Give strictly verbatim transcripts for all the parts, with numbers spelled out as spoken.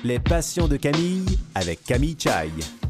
Les passions de Camille avec Camille Chai.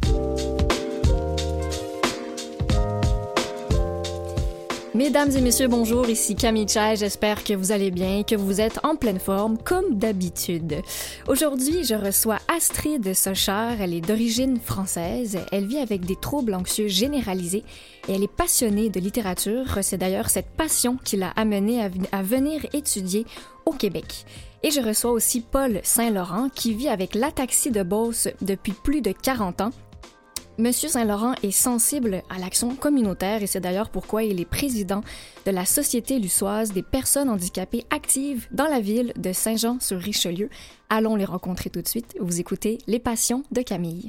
Mesdames et messieurs, bonjour, ici Camille Chai, j'espère que vous allez bien et que vous êtes en pleine forme, comme d'habitude. Aujourd'hui, je reçois Astrid Sochard, elle est d'origine française, elle vit avec des troubles anxieux généralisés et elle est passionnée de littérature. C'est d'ailleurs cette passion qui l'a amenée à, à venir étudier au Québec. Et je reçois aussi Paul Saint-Laurent, qui vit avec l'ataxie de Beauce depuis plus de quarante ans. Monsieur Saint-Laurent est sensible à l'action communautaire et c'est d'ailleurs pourquoi il est président de la Société lussoise des personnes handicapées actives dans la ville de Saint-Jean-sur-Richelieu. Allons les rencontrer tout de suite. Vous écoutez Les Passions de Camille.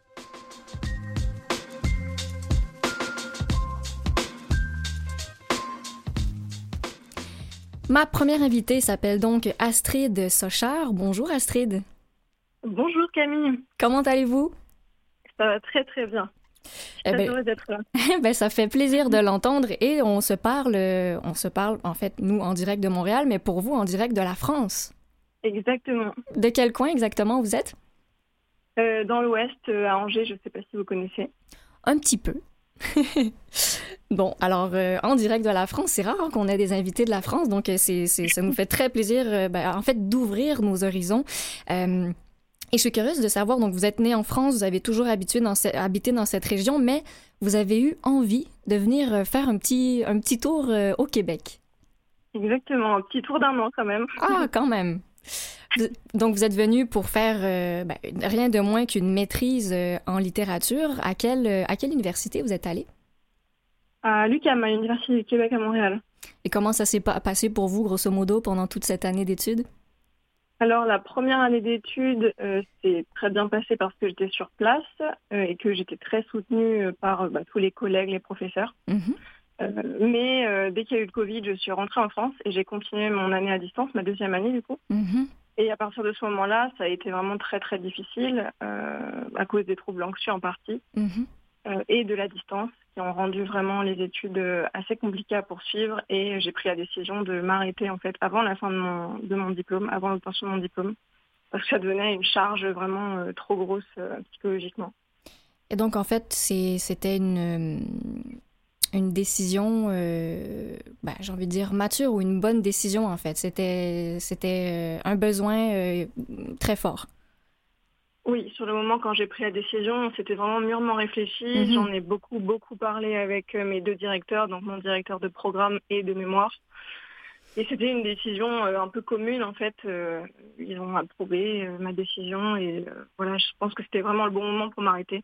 Ma première invitée s'appelle donc Astrid Sochard. Bonjour Astrid. Bonjour Camille. Comment allez-vous? Ça va très très bien. Je suis eh très ben, heureuse d'être là. ben, ça fait plaisir de l'entendre et on se parle, on se parle en fait nous en direct de Montréal, mais pour vous en direct de la France. Exactement. De quel coin exactement vous êtes? Euh, dans l'Ouest, euh, à Angers, je ne sais pas si vous connaissez. Un petit peu. Bon, alors euh, en direct de la France, c'est rare hein, qu'on ait des invités de la France, donc c'est, c'est, ça nous fait très plaisir euh, ben, en fait d'ouvrir nos horizons. Euh, Et je suis curieuse de savoir, donc vous êtes né en France, vous avez toujours habitué dans ce, habité dans cette région, mais vous avez eu envie de venir faire un petit, un petit tour euh, au Québec. Exactement, un petit tour d'un an quand même. Ah, quand même! Donc vous êtes venu pour faire euh, ben, rien de moins qu'une maîtrise euh, en littérature. À quelle, euh, à quelle université vous êtes allé? À l'U Q A M, à l'Université du Québec à Montréal. Et comment ça s'est pa- passé pour vous, grosso modo, pendant toute cette année d'études? Alors, la première année d'études euh, s'est très bien passée parce que j'étais sur place euh, et que j'étais très soutenue par bah, tous les collègues, les professeurs. Mm-hmm. Euh, mais euh, dès qu'il y a eu le Covid, je suis rentrée en France et j'ai continué mon année à distance, ma deuxième année du coup. Mm-hmm. Et à partir de ce moment-là, ça a été vraiment très très difficile euh, à cause des troubles anxieux en partie Mm-hmm. euh, et de la distance qui ont rendu vraiment les études euh, assez compliquées à poursuivre et j'ai pris la décision de m'arrêter en fait avant la fin de mon, de mon diplôme, avant l'obtention de mon diplôme, parce que ça devenait une charge vraiment euh, trop grosse euh, psychologiquement. Et donc en fait, c'est, c'était une, une décision, euh, ben, j'ai envie de dire mature ou une bonne décision en fait. C'était, c'était un besoin euh, très fort. Oui, sur le moment, quand j'ai pris la décision, c'était vraiment mûrement réfléchi. Mm-hmm. J'en ai beaucoup, beaucoup parlé avec mes deux directeurs, donc mon directeur de programme et de mémoire. Et c'était une décision euh, un peu commune, en fait. Euh, ils ont approuvé euh, ma décision et euh, voilà, je pense que c'était vraiment le bon moment pour m'arrêter.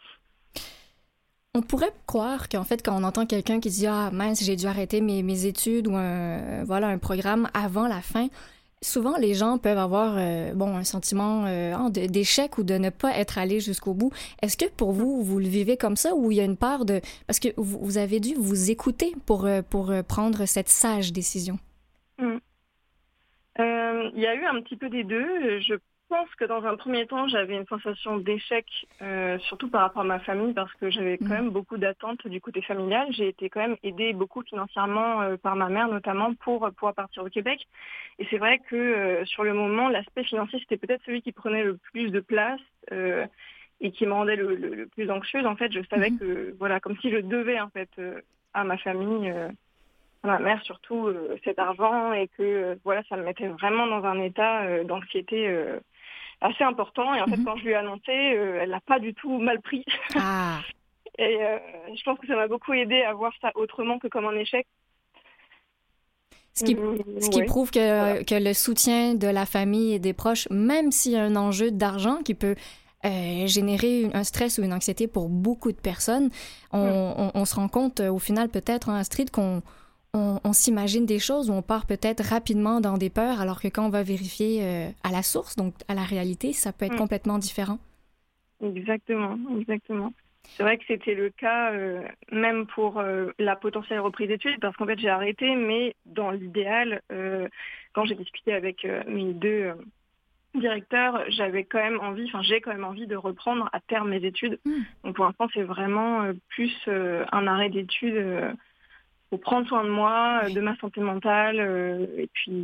On pourrait croire qu'en fait, quand on entend quelqu'un qui dit « Ah mince, j'ai dû arrêter mes, mes études » ou un, voilà, un programme avant la fin, souvent, les gens peuvent avoir euh, bon, un sentiment euh, d'échec ou de ne pas être allé jusqu'au bout. Est-ce que pour vous, vous le vivez comme ça ou il y a une part de... Parce que vous, vous avez dû vous écouter pour, pour prendre cette sage décision. Mmh. Euh, il y a eu un petit peu des deux. Je pense que dans un premier temps, j'avais une sensation d'échec, euh, surtout par rapport à ma famille, parce que j'avais quand Mmh. même beaucoup d'attentes du côté familial. J'ai été quand même aidée beaucoup financièrement euh, par ma mère, notamment pour euh, pouvoir partir au Québec. Et c'est vrai que euh, sur le moment, l'aspect financier, c'était peut-être celui qui prenait le plus de place euh, et qui me rendait le, le, le plus anxieuse. En fait, je savais Mmh. que, voilà, comme si je devais en fait euh, à ma famille, euh, à ma mère surtout, euh, cet argent et que euh, voilà, ça me mettait vraiment dans un état euh, d'anxiété euh, assez important. Et en fait, Mm-hmm. quand je lui ai annoncé, euh, elle l'a pas du tout mal pris. Ah. Et euh, je pense que ça m'a beaucoup aidé à voir ça autrement que comme un échec. Ce qui, Mmh, ce qui ouais. prouve que, Voilà. que le soutien de la famille et des proches, même s'il y a un enjeu d'argent qui peut euh, générer un stress ou une anxiété pour beaucoup de personnes, on, Mmh. on, on se rend compte au final peut-être, hein, Astrid, qu'on on, on s'imagine des choses où on part peut-être rapidement dans des peurs, alors que quand on va vérifier euh, à la source, donc à la réalité, ça peut être Mmh. complètement différent. Exactement, exactement. C'est vrai que c'était le cas euh, même pour euh, la potentielle reprise d'études, parce qu'en fait j'ai arrêté, mais dans l'idéal, euh, quand j'ai discuté avec euh, mes deux euh, directeurs, j'avais quand même envie, enfin j'ai quand même envie de reprendre à terme mes études. Mm. Donc pour l'instant c'est vraiment euh, plus euh, un arrêt d'études euh, pour prendre soin de moi, Oui. de ma santé mentale, euh, et puis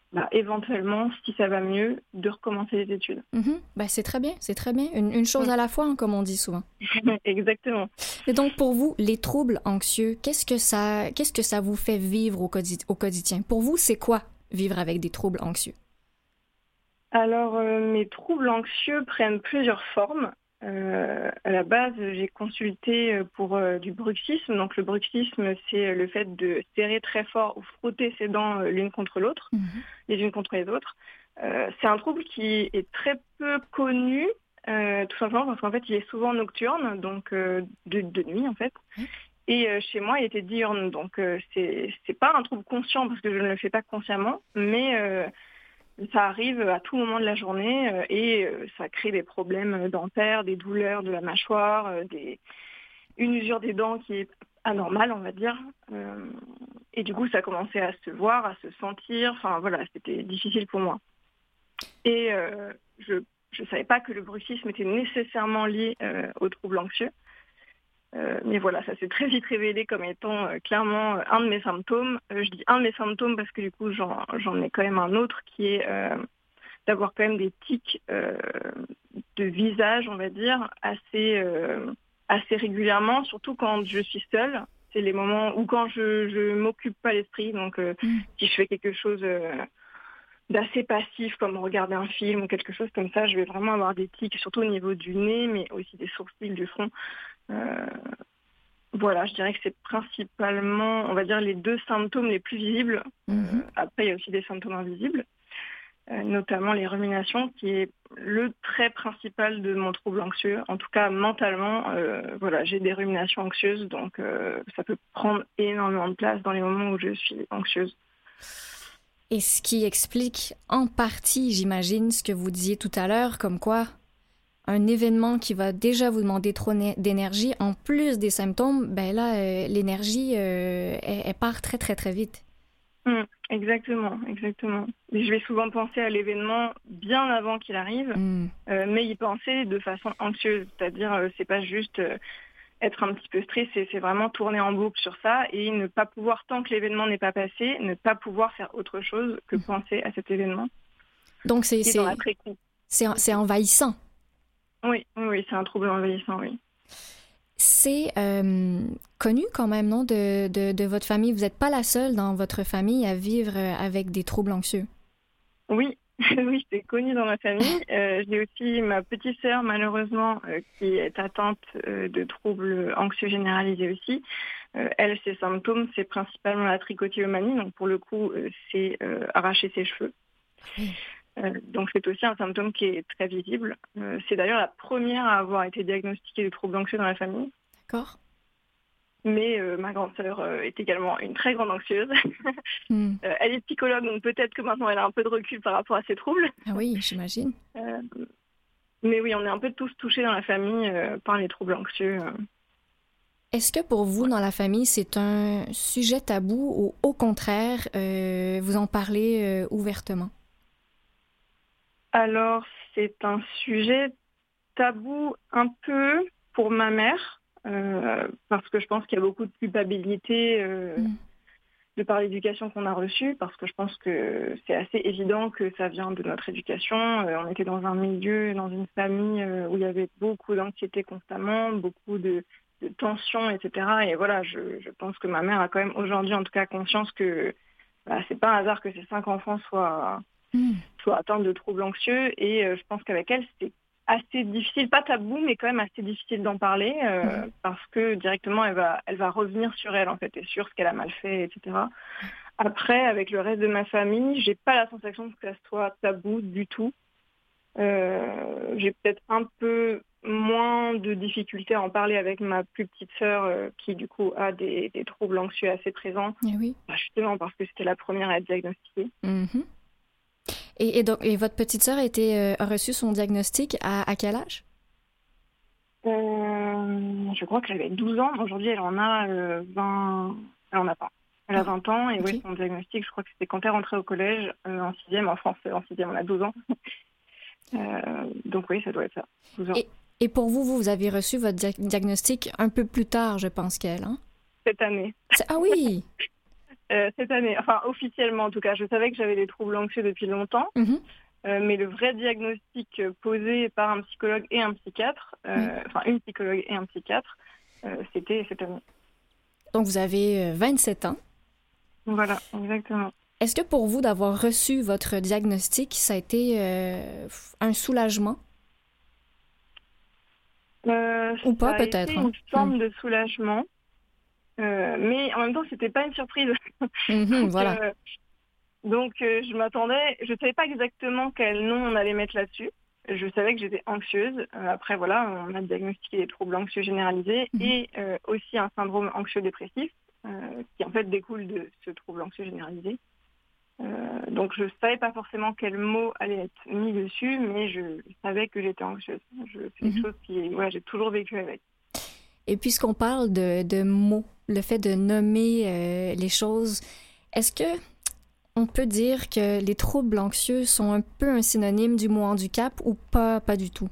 bah, éventuellement, si ça va mieux, de recommencer les études. Mm-hmm. Ben, c'est très bien, c'est très bien. Une, une chose Mm. à la fois, hein, comme on dit souvent. Exactement. Et donc, pour vous, les troubles anxieux, qu'est-ce que ça, qu'est-ce que ça vous fait vivre au, quotidi- au quotidien? Pour vous, c'est quoi vivre avec des troubles anxieux? Alors, euh, mes troubles anxieux prennent plusieurs formes. Euh, à la base, j'ai consulté euh, pour euh, du bruxisme. Donc, le bruxisme, c'est le fait de serrer très fort ou frotter ses dents euh, l'une contre l'autre, Mm-hmm. les unes contre les autres. Euh, c'est un trouble qui est très peu connu, euh, tout simplement parce qu'en fait, il est souvent nocturne, donc euh, de, de nuit en fait. Oui. Et euh, chez moi, il était diurne, donc euh, c'est c'est pas un trouble conscient parce que je ne le fais pas consciemment, mais euh, ça arrive à tout moment de la journée euh, et euh, ça crée des problèmes dentaires, des douleurs de la mâchoire, euh, des... une usure des dents qui est anormale, on va dire. Euh, et du coup, ça commençait à se voir, à se sentir. Enfin voilà, c'était difficile pour moi. Et euh, je ne savais pas que le bruxisme était nécessairement lié euh, aux troubles anxieux. Euh, mais voilà, ça s'est très vite révélé comme étant euh, clairement euh, un de mes symptômes. Euh, je dis un de mes symptômes parce que du coup, j'en, j'en ai quand même un autre qui est euh, d'avoir quand même des tics euh, de visage, on va dire, assez, euh, assez régulièrement, surtout quand je suis seule. C'est les moments où quand je ne m'occupe pas l'esprit, donc euh, Mm. si je fais quelque chose euh, d'assez passif, comme regarder un film ou quelque chose comme ça, je vais vraiment avoir des tics, surtout au niveau du nez, mais aussi des sourcils, du front. Euh, voilà, je dirais que c'est principalement, on va dire, les deux symptômes les plus visibles. Mm-hmm. Euh, après, il y a aussi des symptômes invisibles, euh, notamment les ruminations, qui est le trait principal de mon trouble anxieux. En tout cas, mentalement, euh, voilà, j'ai des ruminations anxieuses, donc euh, ça peut prendre énormément de place dans les moments où je suis anxieuse. Et ce qui explique en partie, j'imagine, ce que vous disiez tout à l'heure, comme quoi un événement qui va déjà vous demander trop d'énergie, en plus des symptômes, ben là, euh, l'énergie, euh, elle, elle part très, très, très vite. Mmh, exactement, exactement. Et je vais souvent penser à l'événement bien avant qu'il arrive, Mm. euh, mais y penser de façon anxieuse, c'est-à-dire euh, c'est pas juste euh, être un petit peu stressé, c'est vraiment tourner en boucle sur ça et ne pas pouvoir, tant que l'événement n'est pas passé, ne pas pouvoir faire autre chose que Mm. penser à cet événement. Donc, c'est, Et c'est, dans l'après-coup. c'est, c'est envahissant. Oui, oui, oui, c'est un trouble envahissant, oui. C'est euh, connu quand même, non, de, de, de votre famille. Vous n'êtes pas la seule dans votre famille à vivre avec des troubles anxieux. Oui, oui, c'est connu dans ma famille. Euh, j'ai aussi ma petite sœur, malheureusement, euh, qui est atteinte euh, de troubles anxieux généralisés aussi. Euh, elle, ses symptômes, c'est principalement la trichotillomanie. Donc, pour le coup, euh, c'est euh, arracher ses cheveux. Oui. Euh, donc, c'est aussi un symptôme qui est très visible. Euh, c'est d'ailleurs la première à avoir été diagnostiquée de troubles anxieux dans la famille. D'accord. Mais euh, ma grande sœur euh, est également une très grande anxieuse. Mm. euh, elle est psychologue, donc peut-être que maintenant elle a un peu de recul par rapport à ses troubles. Ah oui, j'imagine. Euh, mais oui, on est un peu tous touchés dans la famille euh, par les troubles anxieux. euh. Est-ce que pour vous, dans la famille, c'est un sujet tabou ou au contraire, euh, vous en parlez euh, ouvertement? Alors, c'est un sujet tabou un peu pour ma mère, euh, parce que je pense qu'il y a beaucoup de culpabilité euh, Mm. de par l'éducation qu'on a reçue, parce que je pense que c'est assez évident que ça vient de notre éducation. Euh, on était dans un milieu, dans une famille euh, où il y avait beaucoup d'anxiété constamment, beaucoup de, de tensions, et cetera. Et voilà, je, je pense que ma mère a quand même aujourd'hui, en tout cas, conscience que voilà, c'est pas un hasard que ces cinq enfants soient Mm. soit atteinte de troubles anxieux. Et euh, je pense qu'avec elle, c'était assez difficile, pas tabou, mais quand même assez difficile d'en parler, euh, Mm. parce que directement, elle va, elle va revenir sur elle, en fait, et sur ce qu'elle a mal fait, et cetera. Après, avec le reste de ma famille, j'ai pas la sensation que ça soit tabou du tout. Euh, j'ai peut-être un peu moins de difficultés à en parler avec ma plus petite sœur, euh, qui du coup a des, des troubles anxieux assez présents, Eh oui. bah, justement parce que c'était la première à être diagnostiquée. Mhm. Et, et, donc, et votre petite sœur a, été, euh, a reçu son diagnostic à, à quel âge? Euh, je crois qu'elle avait douze ans. Aujourd'hui, elle en a euh, vingt. Elle en a pas. Elle a Ah, vingt ans. Et ok. oui, son diagnostic, je crois que c'était quand elle est rentrée au collège, euh, en sixième. En France, en sixième, on a douze ans. Euh, donc oui, ça doit être ça. douze ans. Et, et pour vous, vous, vous avez reçu votre dia- diagnostic un peu plus tard, je pense qu'elle, hein? Cette année. C'est- Ah oui! euh, cette année, enfin officiellement en tout cas. Je savais que j'avais des troubles anxieux depuis longtemps, Mm-hmm. euh, mais le vrai diagnostic posé par un psychologue et un psychiatre, euh, Oui. enfin une psychologue et un psychiatre, euh, c'était cette année. Donc, vous avez euh, vingt-sept ans. Voilà, exactement. Est-ce que pour vous, d'avoir reçu votre diagnostic, ça a été euh, un soulagement? Euh, Ou pas, ça a peut-être, été hein. une forme de soulagement, euh, mais en même temps, c'était pas une surprise. Mhm, Donc, voilà. euh, donc euh, je m'attendais, je savais pas exactement quel nom on allait mettre là-dessus. Je savais que j'étais anxieuse. Euh, après, voilà, on a diagnostiqué des troubles anxieux généralisés Mhm. et euh, aussi un syndrome anxieux-dépressif, euh, qui en fait découle de ce trouble anxieux généralisé. Euh, donc je savais pas forcément quel mot allait être mis dessus, mais je savais que j'étais anxieuse. Je, c'est quelque Mhm. chose qui, ouais, j'ai toujours vécu avec. Et puisqu'on parle de, de mots, le fait de nommer euh, les choses, est-ce que on peut dire que les troubles anxieux sont un peu un synonyme du mot handicap ou pas, pas du tout?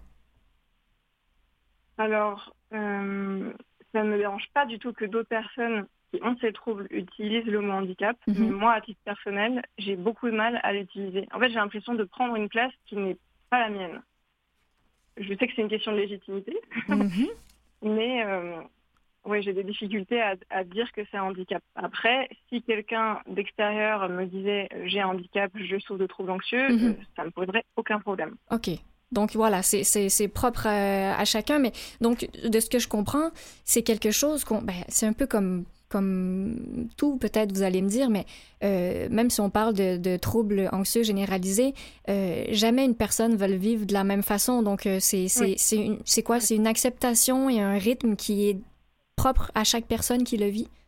Alors, euh, ça ne me dérange pas du tout que d'autres personnes qui ont ces troubles utilisent le mot handicap, Mhm. mais moi, à titre personnel, j'ai beaucoup de mal à l'utiliser. En fait, j'ai l'impression de prendre une place qui n'est pas la mienne. Je sais que c'est une question de légitimité, Mhm. mais euh, ouais, j'ai des difficultés à, à dire que c'est un handicap. Après, si quelqu'un d'extérieur me disait euh, j'ai un handicap, je souffre de troubles anxieux, Mhm. euh, ça me poserait aucun problème. OK. Donc voilà, c'est, c'est, c'est propre à, à chacun, mais donc de ce que je comprends, c'est quelque chose qu'on... Ben, c'est un peu comme, comme tout, peut-être vous allez me dire, mais euh, même si on parle de, de troubles anxieux généralisés, euh, jamais une personne va le vivre de la même façon. Donc euh, c'est, c'est, Oui. c'est, une- c'est quoi? C'est une acceptation et un rythme qui est propre à chaque personne qui le vit?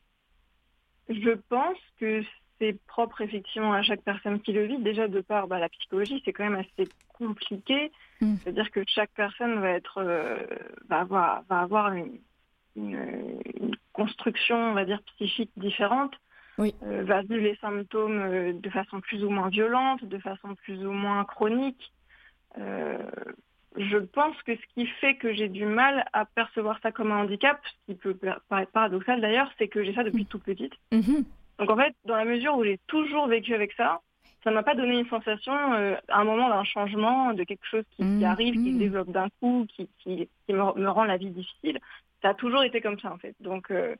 Je pense que c'est propre effectivement à chaque personne qui le vit. Déjà de par bah, la psychologie, c'est quand même assez compliqué. Mm. C'est-à-dire que chaque personne va être euh, va avoir va avoir une, une- une construction, on va dire psychique différente. Oui. Euh, va vivre les symptômes euh, de façon plus ou moins violente, de façon plus ou moins chronique. Euh, je pense que ce qui fait que j'ai du mal à percevoir ça comme un handicap, ce qui peut paraître paradoxal d'ailleurs, c'est que j'ai ça depuis toute petite. Mhm. Donc en fait, dans la mesure où j'ai toujours vécu avec ça, ça m'a pas donné une sensation euh, à un moment d'un changement, de quelque chose qui, qui arrive, qui se Mhm. développe d'un coup, qui, qui, qui me, me rend la vie difficile. Ça a toujours été comme ça en fait. Donc, euh,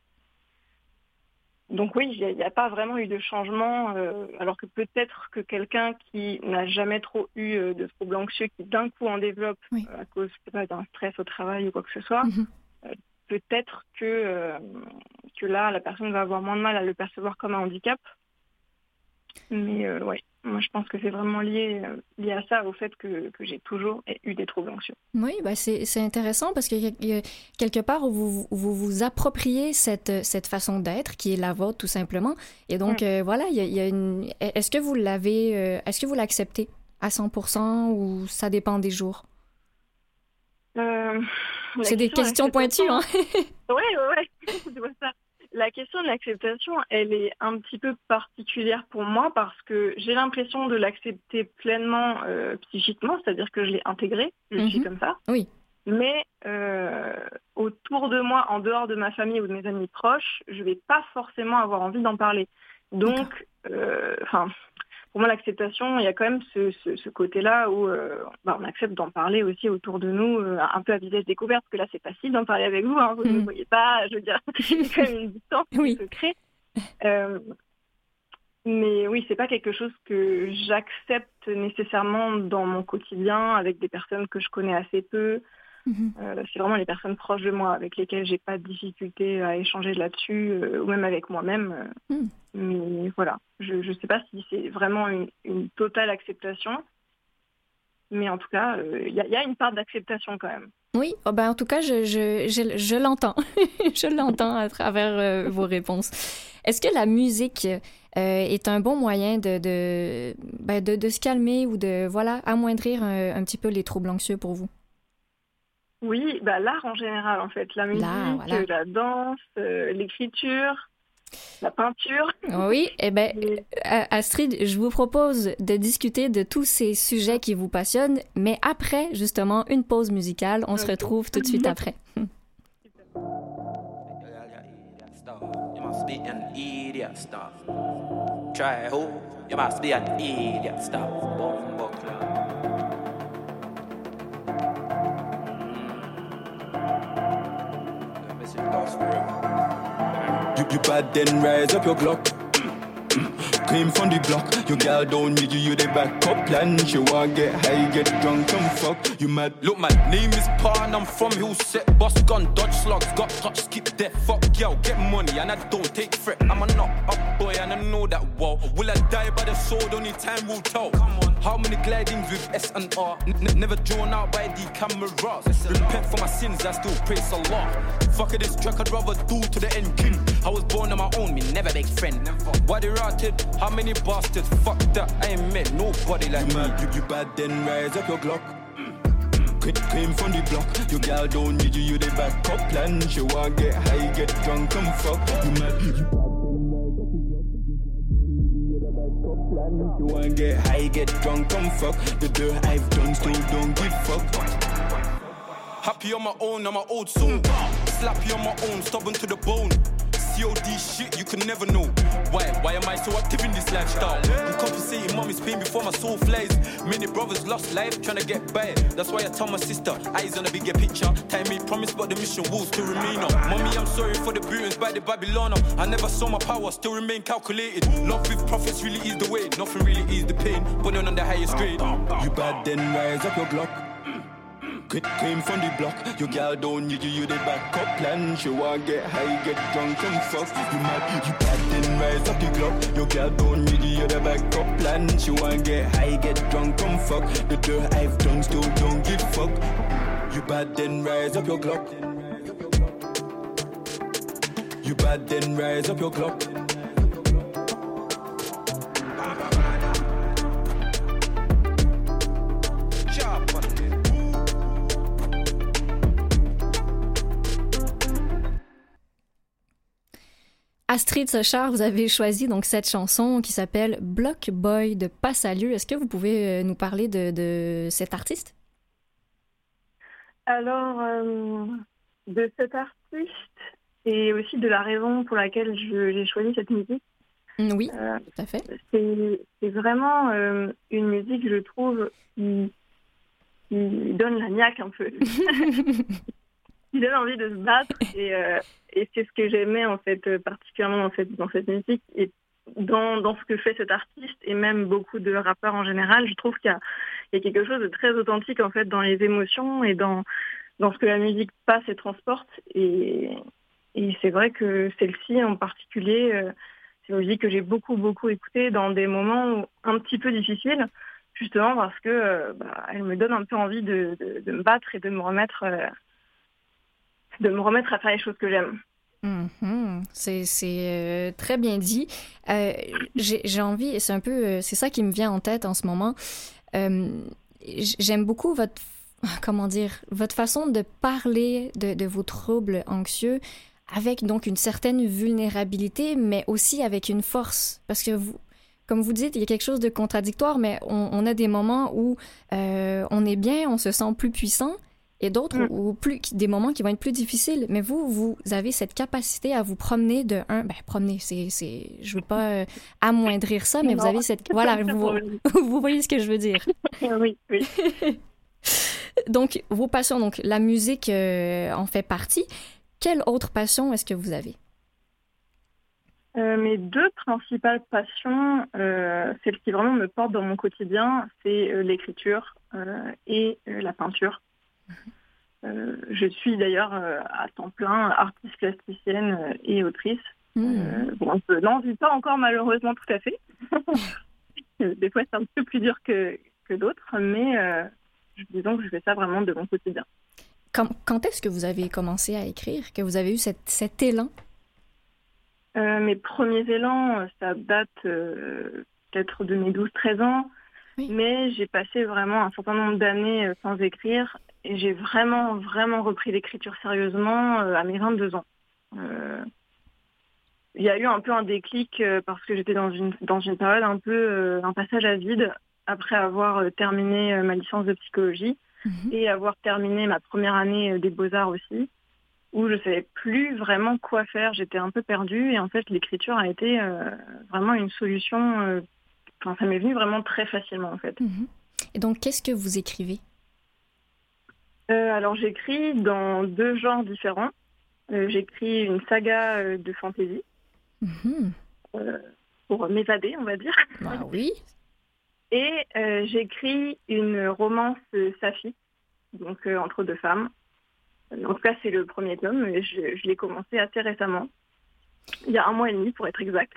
donc oui, il n'y a, a pas vraiment eu de changement, euh, alors que peut-être que quelqu'un qui n'a jamais trop eu euh, de troubles anxieux, qui d'un coup en développe Oui. euh, à cause je sais pas, d'un stress au travail ou quoi que ce soit, Mhm. peut-être que, euh, que là, la personne va avoir moins de mal à le percevoir comme un handicap. Mais euh, ouais, moi je pense que c'est vraiment lié, euh, lié à ça, au fait que, que j'ai toujours eu des troubles anxieux. Oui, ben c'est, c'est intéressant parce que y a- quelque part, vous vous, vous appropriez cette, cette façon d'être qui est la vôtre, tout simplement. Et donc, Mm. euh, voilà, il y a, il y a une... Est-ce que vous l'avez... euh, est-ce que vous l'acceptez à cent pour cent ou ça dépend des jours? Euh, la C'est des question questions de pointues, hein? l'acceptation- Ouais, ouais, ouais, je vois ça. La question de l'acceptation, elle est un petit peu particulière pour moi parce que j'ai l'impression de l'accepter pleinement euh, psychiquement, c'est-à-dire que je l'ai intégré, je suis Mhm. comme ça. Oui. Mais euh, autour de moi, en dehors de ma famille ou de mes amis proches, je vais pas forcément avoir envie d'en parler. Donc, euh, enfin, pour moi, l'acceptation, il y a quand même ce, ce, ce côté-là où euh, bah, on accepte d'en parler aussi autour de nous, euh, un peu à vitesse découverte, parce que là, c'est facile d'en parler avec vous, hein, vous ne me Mhm. voyez pas, je veux dire, il y a quand même une distance Oui. qui se crée. Euh, mais oui, c'est pas quelque chose que j'accepte nécessairement dans mon quotidien avec des personnes que je connais assez peu. Mhm. Euh, c'est vraiment les personnes proches de moi avec lesquelles j'ai pas de difficulté à échanger là-dessus, euh, ou même avec moi-même. euh. Mm. Mais voilà, je ne sais pas si c'est vraiment une, une totale acceptation, mais en tout cas, il euh, y, y a une part d'acceptation quand même. Oui, oh ben en tout cas, je, je, je, je l'entends. Je l'entends à travers euh, vos réponses. Est-ce que la musique euh, est un bon moyen de, de, ben de, de se calmer ou de voilà amoindrir un, un petit peu les troubles anxieux pour vous? Oui, bah, l'art en général en fait, la musique, L'art, voilà. la danse, euh, l'écriture, la peinture. Oui, eh bien, Mais- Astrid, je vous propose de discuter de tous ces sujets qui vous passionnent, mais après, justement, une pause musicale. On se Ok. retrouve tout de suite après. Yeah, yeah, yeah, star. You must must be an idiot, stop. Try who? You must be an idiot, stop. Bombo club. You, you bad then rise up your Glock. Came from the block, your girl don't need you, you the backup plan. She want get high, get drunk and fuck. You mad? Look, my name is Pa and I'm from Hillset. Boss gun, dodge slugs, got touch, skip death. Fuck yo, get money and I don't take threat. I'm a knock up boy and I know that well. Will I die by the sword? Only time will tell. Come on. How many glidings with S and R? N- never drawn out by the cameras. Repent for my sins, I still praise Allah. Fuck it, this track I'd rather do to the end king. I was born on my own, me never make friend. Why they rotted? How many bastards? Fuck that, I ain't met nobody like you me. Mad, you, you bad then rise up your Glock. Came from the block, your girl don't need you, you the backup plan. She want get high, get drunk and fuck. You mad? You bad then rise up your Glock. You want get high, get drunk and fuck. The dirt I've done still don't give fuck. Happy on my own, I'm my old soul. Slappy on my own, stubborn to the bone. C O D shit, you can never know. Why? Why am I so active in this lifestyle? I'm compensating mommy's pain before my soul flies. Many brothers lost life trying to get by. That's why I tell my sister, eyes on a bigger picture. Time me promise, but the mission will still remain on. Mommy, I'm sorry for the beatings by the Babylon. I never saw my power, still remain calculated. Love with prophets really is the way. Nothing really is the pain, but on the highest grade. You bad then rise up your Glock. Came from the block, your girl don't need you, you the backup plan. She want get high, get drunk and fuck. You mad, you bad then rise up the Glock. Your girl don't need you, you the backup plan. She want get high, get drunk and fuck. The dirt I've done still don't give fuck. You bad then rise up your Glock. You bad then rise up your Glock. Astrid Sochard, vous avez choisi donc cette chanson qui s'appelle Block Boy de Passalieu. Est-ce que vous pouvez nous parler de, de cet artiste? Alors, euh, de cet artiste et aussi de la raison pour laquelle je, j'ai choisi cette musique. Oui, euh, tout à fait. C'est, c'est vraiment euh, une musique, je trouve, qui, qui donne la niaque un peu. Qui donne envie de se battre et, euh, et c'est ce que j'aimais en fait particulièrement dans cette, dans cette musique et dans, dans ce que fait cet artiste et même beaucoup de rappeurs en général. Je trouve qu'il y a, il y a quelque chose de très authentique en fait dans les émotions et dans, dans ce que la musique passe et transporte et, et c'est vrai que celle-ci en particulier, euh, c'est une musique que j'ai beaucoup beaucoup écoutée dans des moments un petit peu difficiles justement parce que euh, bah, elle me donne un peu envie de, de, de me battre et de me remettre euh, de me remettre à faire les choses que j'aime. Mm-hmm. C'est, c'est euh, très bien dit. Euh, j'ai, j'ai envie, c'est un peu, euh, c'est ça qui me vient en tête en ce moment. Euh, j'aime beaucoup votre, comment dire, votre façon de parler de, de vos troubles anxieux avec donc une certaine vulnérabilité, mais aussi avec une force. Parce que vous, comme vous dites, il y a quelque chose de contradictoire, mais on, on a des moments où euh, on est bien, on se sent plus puissant, et d'autres mm. ou plus des moments qui vont être plus difficiles. Mais vous, vous avez cette capacité à vous promener de un, ben promener, c'est, c'est, je veux pas euh, amoindrir ça, mais non. Vous avez cette, voilà, vous, vous voyez ce que je veux dire. Oui, oui. Donc vos passions, donc la musique euh, en fait partie. Quelle autre passion est-ce que vous avez? Euh, mes deux principales passions, euh, celles qui vraiment me portent dans mon quotidien, c'est euh, l'écriture euh, et euh, la peinture. Euh, je suis d'ailleurs euh, à temps plein artiste plasticienne euh, et autrice. Mmh. Euh, bon, je n'en vis pas encore malheureusement tout à fait. Des fois c'est un peu plus dur que, que d'autres, mais euh, disons que je fais ça vraiment de mon quotidien. Quand, quand est-ce que vous avez commencé à écrire, que vous avez eu cette, cet élan? euh, Mes premiers élans, ça date euh, peut-être de mes douze treize ans. Oui. Mais j'ai passé vraiment un certain nombre d'années euh, sans écrire et j'ai vraiment, vraiment repris l'écriture sérieusement euh, à mes vingt-deux ans. Euh, il y a eu un peu un déclic euh, parce que j'étais dans une, dans une période un peu, euh, un passage à vide après avoir euh, terminé euh, ma licence de psychologie mmh. et avoir terminé ma première année euh, des Beaux-Arts aussi. où je savais plus vraiment quoi faire. J'étais un peu perdue et en fait l'écriture a été euh, vraiment une solution. Euh, enfin, ça m'est venu vraiment très facilement en fait. Mm-hmm. Et donc, qu'est-ce que vous écrivez? euh, Alors j'écris dans deux genres différents. Euh, j'écris une saga euh, de fantasy Mm-hmm. euh, pour m'évader, on va dire. Bah oui. Et euh, j'écris une romance euh, saphique, donc euh, entre deux femmes. En tout cas, c'est le premier tome. Et je, je l'ai commencé assez récemment, il y a un mois et demi pour être exact.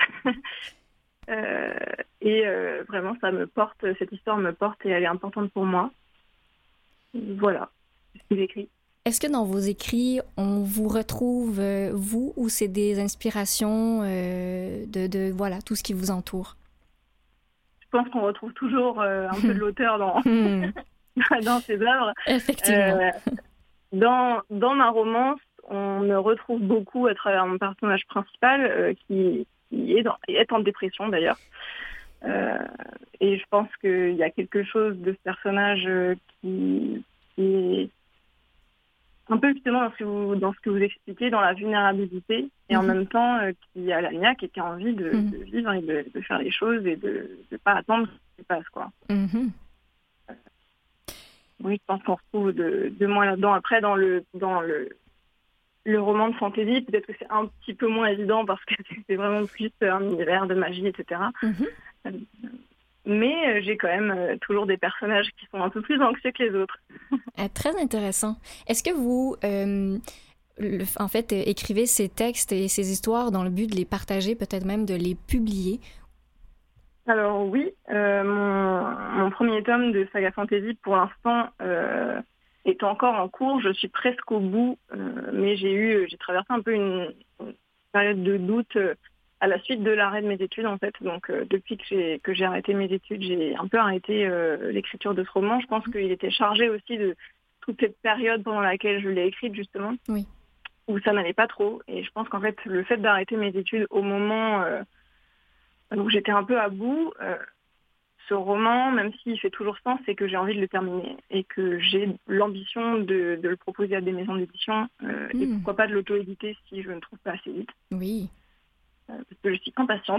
euh, et euh, vraiment, ça me porte, cette histoire me porte et elle est importante pour moi. Voilà, c'est ce que j'écris. Est-ce que dans vos écrits, on vous retrouve, euh, vous, ou c'est des inspirations euh, de, de, voilà, tout ce qui vous entoure? Je pense qu'on retrouve toujours euh, un peu de l'auteur dans, Hmm. dans ses œuvres. Effectivement. Euh, dans, dans ma romance, on me retrouve beaucoup à travers mon personnage principal euh, qui, qui est, dans, est en dépression d'ailleurs. Euh, et je pense qu'il y a quelque chose de ce personnage euh, qui, qui est un peu justement dans ce que vous, dans ce que vous expliquez, dans la vulnérabilité, et mm-hmm. en même temps euh, qui a la niaque et qui a envie de, mm-hmm. de vivre et de, de faire les choses et de ne pas attendre ce qui se passe, quoi. Mm-hmm. Euh, oui, je pense qu'on retrouve de, de moins là-dedans. Après, dans le dans le le roman de fantasy, peut-être que c'est un petit peu moins évident parce que c'est vraiment plus un univers de magie, et cetera. Mm-hmm. Euh, mais euh, j'ai quand même euh, toujours des personnages qui sont un peu plus anxieux que les autres. Ah, très intéressant. Est-ce que vous, euh, le, en fait, euh, écrivez ces textes et ces histoires dans le but de les partager, peut-être même de les publier? Alors oui, euh, mon, mon premier tome de Saga Fantasy, pour l'instant, euh, est encore en cours. Je suis presque au bout, euh, mais j'ai eu, j'ai traversé un peu une, une période de doute euh, à la suite de l'arrêt de mes études, en fait. Donc, euh, depuis que j'ai, que j'ai arrêté mes études, j'ai un peu arrêté euh, l'écriture de ce roman. Je pense qu'il était chargé aussi de toute cette période pendant laquelle je l'ai écrite, justement, oui. où ça n'allait pas trop. Et je pense qu'en fait, le fait d'arrêter mes études au moment euh, où j'étais un peu à bout, euh, ce roman, même s'il fait toujours sens, c'est que j'ai envie de le terminer et que j'ai l'ambition de, de le proposer à des maisons d'édition euh, mmh. et pourquoi pas de l'auto-éditer si je ne trouve pas assez vite. Oui. Euh, parce que je suis impatiente.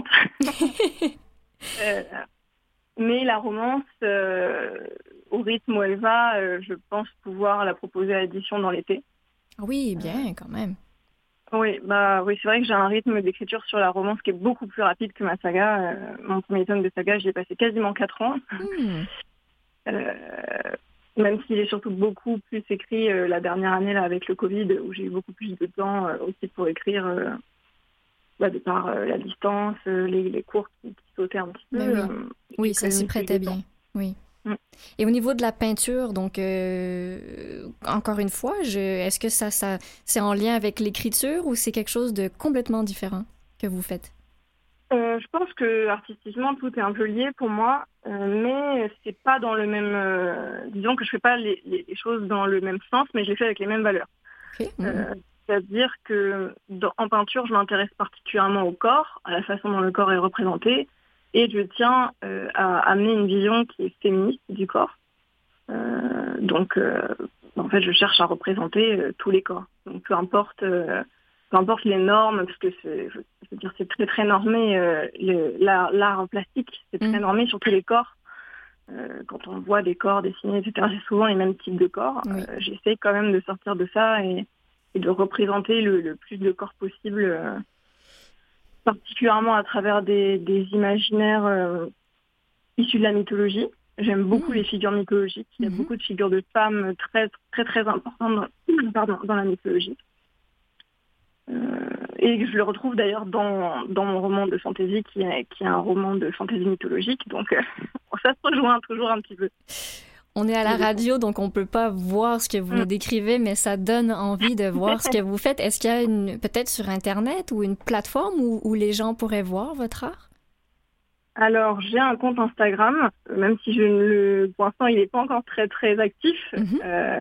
euh, mais la romance, euh, au rythme où elle va, euh, je pense pouvoir la proposer à l'édition dans l'été. Oui, bien, euh, quand même. Oui, bah oui, c'est vrai que j'ai un rythme d'écriture sur la romance qui est beaucoup plus rapide que ma saga. Euh, mon premier tome de saga, j'y ai passé quasiment quatre ans. Mmh. Euh, même s'il est surtout beaucoup plus écrit euh, la dernière année là avec le Covid, où j'ai eu beaucoup plus de temps euh, aussi pour écrire. Euh, Bah, de par euh, la distance, euh, les, les cours qui, qui sautaient un petit peu. Ben oui, euh, oui ça s'y prêtait bien. Oui. Mm. Et au niveau de la peinture, donc, euh, encore une fois, je, est-ce que ça, ça, c'est en lien avec l'écriture ou c'est quelque chose de complètement différent que vous faites? euh, Je pense que artistiquement, tout est un peu lié pour moi, euh, mais c'est pas dans le même... Euh, disons que je fais pas les, les choses dans le même sens, mais je les fais avec les mêmes valeurs. Okay. Mm. Euh, C'est-à-dire que dans, en peinture, je m'intéresse particulièrement au corps, à la façon dont le corps est représenté, et je tiens euh, à amener une vision qui est féministe du corps. Euh, donc, euh, en fait, je cherche à représenter euh, tous les corps. Donc, peu importe, euh, peu importe les normes, parce que c'est, je veux dire, c'est très très normé. Euh, le, l'art, l'art plastique, c'est très mmh. normé sur tous les corps. Euh, quand on voit des corps dessinés, et cetera, c'est souvent les mêmes types de corps. Oui. Euh, j'essaie quand même de sortir de ça et et de représenter le, le plus de corps possible, euh, particulièrement à travers des, des imaginaires euh, issus de la mythologie. J'aime beaucoup mmh. les figures mythologiques. Il y a mmh. beaucoup de figures de femmes très très très importantes dans, pardon, dans la mythologie. Euh, et je le retrouve d'ailleurs dans, dans mon roman de fantasy qui est, qui est un roman de fantasy mythologique. Donc euh, ça se rejoint toujours un petit peu. On est à la radio, donc on ne peut pas voir ce que vous nous décrivez, mais ça donne envie de voir ce que vous faites. Est-ce qu'il y a une, peut-être sur Internet ou une plateforme où, où les gens pourraient voir votre art? Alors, j'ai un compte Instagram, même si je ne le, pour l'instant, il n'est pas encore très, très actif. Mm-hmm. Euh,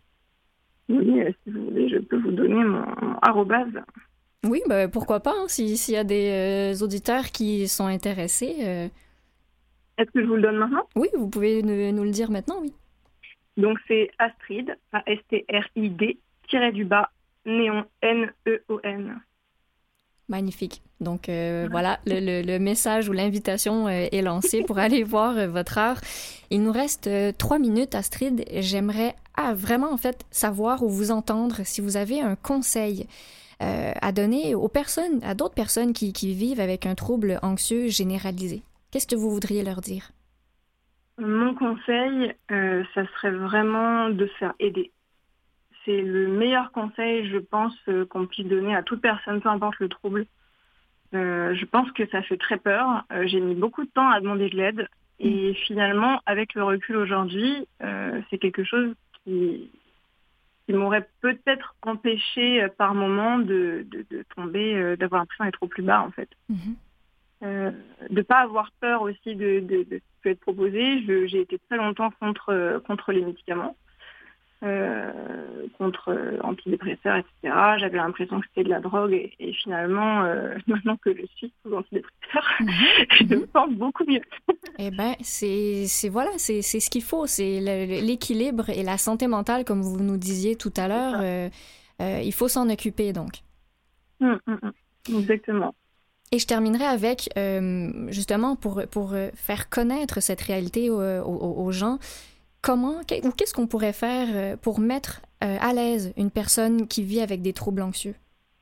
oui, si vous voulez, je peux vous donner mon, mon arrobase. Oui, ben, pourquoi pas, hein, si, s'il y a des euh, auditeurs qui sont intéressés... Euh... Est-ce que je vous le donne maintenant? Oui, vous pouvez nous, nous le dire maintenant, oui. Donc c'est Astrid, A S T R I D, tiré du bas, Néon, N E O N. Magnifique. Donc euh, voilà, le, le, le message ou l'invitation euh, est lancé pour aller voir euh, votre art. Il nous reste euh, trois minutes, Astrid. J'aimerais ah, vraiment en fait savoir ou vous entendre si vous avez un conseil euh, à donner aux personnes, à d'autres personnes qui, qui vivent avec un trouble anxieux généralisé. Qu'est-ce que vous voudriez leur dire? Mon conseil, euh, ça serait vraiment de se faire aider. C'est le meilleur conseil, je pense, euh, qu'on puisse donner à toute personne, peu importe le trouble. Euh, je pense que ça fait très peur. Euh, j'ai mis beaucoup de temps à demander de l'aide. Et finalement, avec le recul aujourd'hui, euh, c'est quelque chose qui, qui m'aurait peut-être empêché euh, par moment de, de, de tomber, euh, d'avoir l'impression d'être au plus bas, en fait. Mm-hmm. Euh, de ne pas avoir peur aussi de, de, de ce qui peut être proposé. Je, j'ai été très longtemps contre, euh, contre les médicaments. Euh, contre euh, antidépresseurs, et cetera. J'avais l'impression que c'était de la drogue et, et finalement, euh, maintenant que je suis sous antidépresseurs, mm-hmm. je me sens beaucoup mieux. Eh bien, c'est, c'est, voilà, c'est, c'est ce qu'il faut. C'est le, l'équilibre et la santé mentale, comme vous nous disiez tout à l'heure. Euh, euh, il faut s'en occuper, donc. Mmh, mmh, exactement. Et je terminerai avec, euh, justement, pour, pour faire connaître cette réalité aux, aux, aux gens, comment ou qu'est-ce qu'on pourrait faire pour mettre euh, à l'aise une personne qui vit avec des troubles anxieux?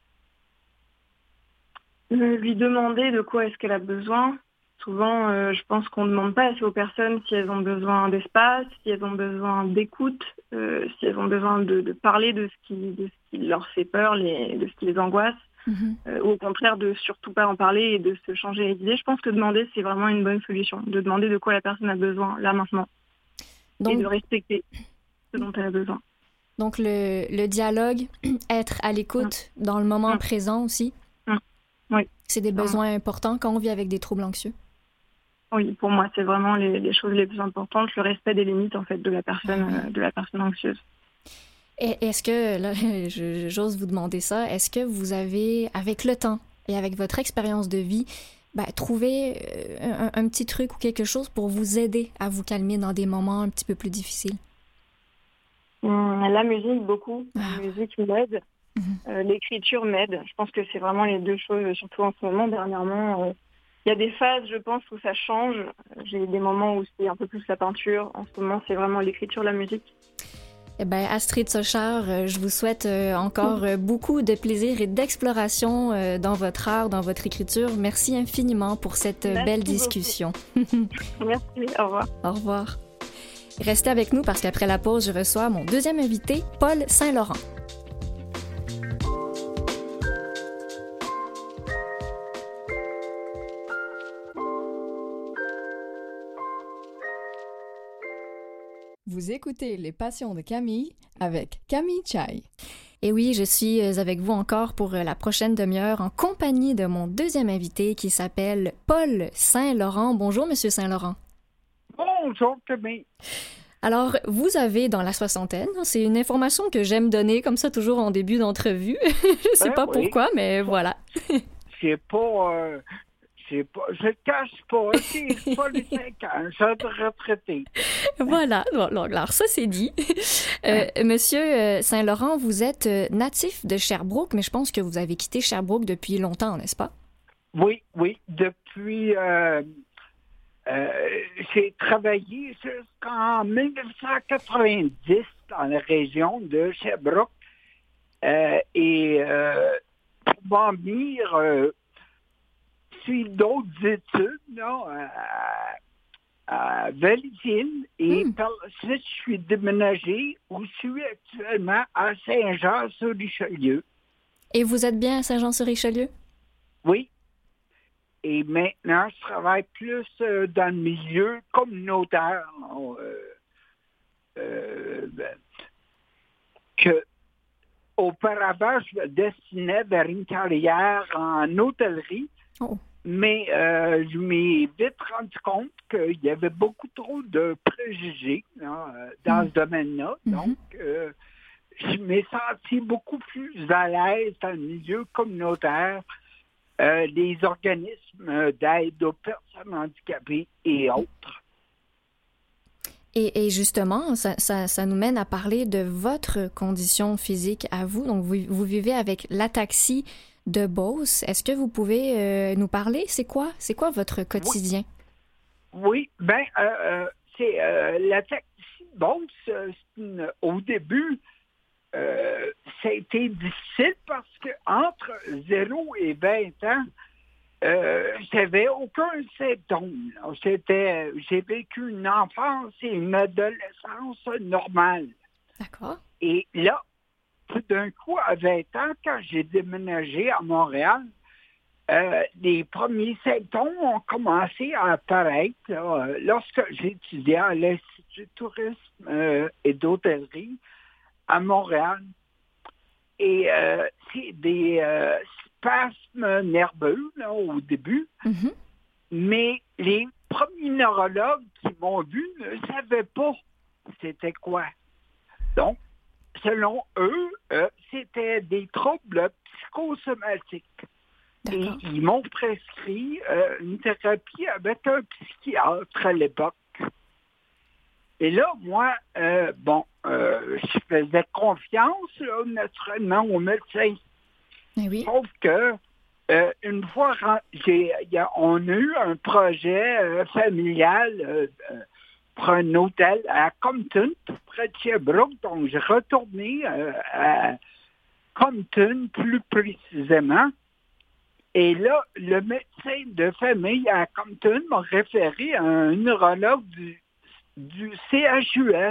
Euh, lui demander de quoi est-ce qu'elle a besoin. Souvent, euh, je pense qu'on ne demande pas assez aux personnes si elles ont besoin d'espace, si elles ont besoin d'écoute, euh, si elles ont besoin de, de parler de ce, qui, de ce qui leur fait peur, les, de ce qui les angoisse, mm-hmm. euh, ou au contraire de surtout pas en parler et de se changer les idées. Je pense que demander, c'est vraiment une bonne solution, de demander de quoi la personne a besoin là maintenant. Donc, et de respecter ce dont elle a besoin. Donc, le, le dialogue, être à l'écoute mmh. dans le moment mmh. présent aussi, mmh. oui. c'est des besoins mmh. importants quand on vit avec des troubles anxieux. Oui, pour moi, c'est vraiment les, les choses les plus importantes, le respect des limites en fait de la personne, mmh. euh, de la personne anxieuse. Et est-ce que, là, je, j'ose vous demander ça, est-ce que vous avez, avec le temps et avec votre expérience de vie, ben, trouver un, un petit truc ou quelque chose pour vous aider à vous calmer dans des moments un petit peu plus difficiles? Mmh, la musique, beaucoup. Ah. La musique m'aide. Mmh. Euh, l'écriture m'aide. Je pense que c'est vraiment les deux choses, surtout en ce moment, dernièrement. Euh, il y a des phases, je pense, où ça change. J'ai des moments où c'est un peu plus la peinture. En ce moment, c'est vraiment l'écriture, la musique. Eh bien, Astrid Sochard, je vous souhaite encore beaucoup de plaisir et d'exploration dans votre art, dans votre écriture. Merci infiniment pour cette Merci belle beaucoup. discussion. Merci, au revoir. Au revoir. Restez avec nous parce qu'après la pause, je reçois mon deuxième invité, Paul Saint-Laurent. Vous écoutez Les Passions de Camille avec Camille Chai. Et oui, je suis avec vous encore pour la prochaine demi-heure en compagnie de mon deuxième invité qui s'appelle Paul Saint-Laurent. Bonjour, Monsieur Saint-Laurent. Bonjour, Camille. Alors, vous avez dans la soixantaine, c'est une information que j'aime donner comme ça toujours en début d'entrevue. Je sais ben pas oui. pourquoi, mais voilà. C'est pas... Euh... C'est pas, je ne cache pas, c'est pas les cinq ans, je suis retraité. Voilà, bon, alors ça c'est dit. Euh, Monsieur Saint-Laurent, vous êtes natif de Sherbrooke, mais je pense que vous avez quitté Sherbrooke depuis longtemps, n'est-ce pas? Oui, oui, depuis... Euh, euh, j'ai travaillé jusqu'en dix-neuf cent quatre-vingt-dix dans la région de Sherbrooke euh, et euh, pour m'en venir... Euh, d'autres études là, à, à Valleyfield et mm. par la suite, je suis déménagé où je suis actuellement à Saint-Jean-sur-Richelieu. Et vous êtes bien à Saint-Jean-sur-Richelieu? Oui. Et maintenant, je travaille plus euh, dans le milieu communautaire euh, euh, que auparavant, je me destinais vers une carrière en hôtellerie. Oh. Mais euh, je m'ai vite rendu compte qu'il y avait beaucoup trop de préjugés là, dans mmh. ce domaine-là. Mmh. Donc, euh, je m'ai senti beaucoup plus à l'aise dans le milieu communautaire, euh, les organismes d'aide aux personnes handicapées et autres. Et, et justement, ça, ça, ça nous mène à parler de votre condition physique à vous. Donc, vous, vous vivez avec l'ataxie de Beauce. Est-ce que vous pouvez euh, nous parler? C'est quoi? C'est quoi votre quotidien? Oui, oui ben, euh, euh, c'est euh, l'ataxie de Beauce. Euh, c'est une, au début, euh, ça a été difficile parce que entre zéro et vingt ans, Euh, j'avais aucun symptôme. C'était, j'ai vécu une enfance et une adolescence normale. D'accord. Et là, tout d'un coup, à vingt ans, quand j'ai déménagé à Montréal, euh, les premiers symptômes ont commencé à apparaître là, lorsque j'étudiais à l'Institut de tourisme euh, et d'hôtellerie à Montréal. Et euh, c'est des euh, spasmes nerveux là, au début, Mm-hmm. mais les premiers neurologues qui m'ont vu ne savaient pas c'était quoi. Donc, selon eux, euh, c'était des troubles psychosomatiques. Et D'accord. ils m'ont prescrit euh, une thérapie avec un psychiatre à l'époque. Et là, moi, euh, bon, euh, je faisais confiance, là, naturellement, aux médecins. Eh oui. Sauf que, euh, une fois, j'ai, y a, on a eu un projet euh, familial euh, euh, pour un hôtel à Compton, tout près de Sherbrooke. Donc, j'ai retourné euh, à Compton, plus précisément. Et là, le médecin de famille à Compton m'a référé à un neurologue du du C H U S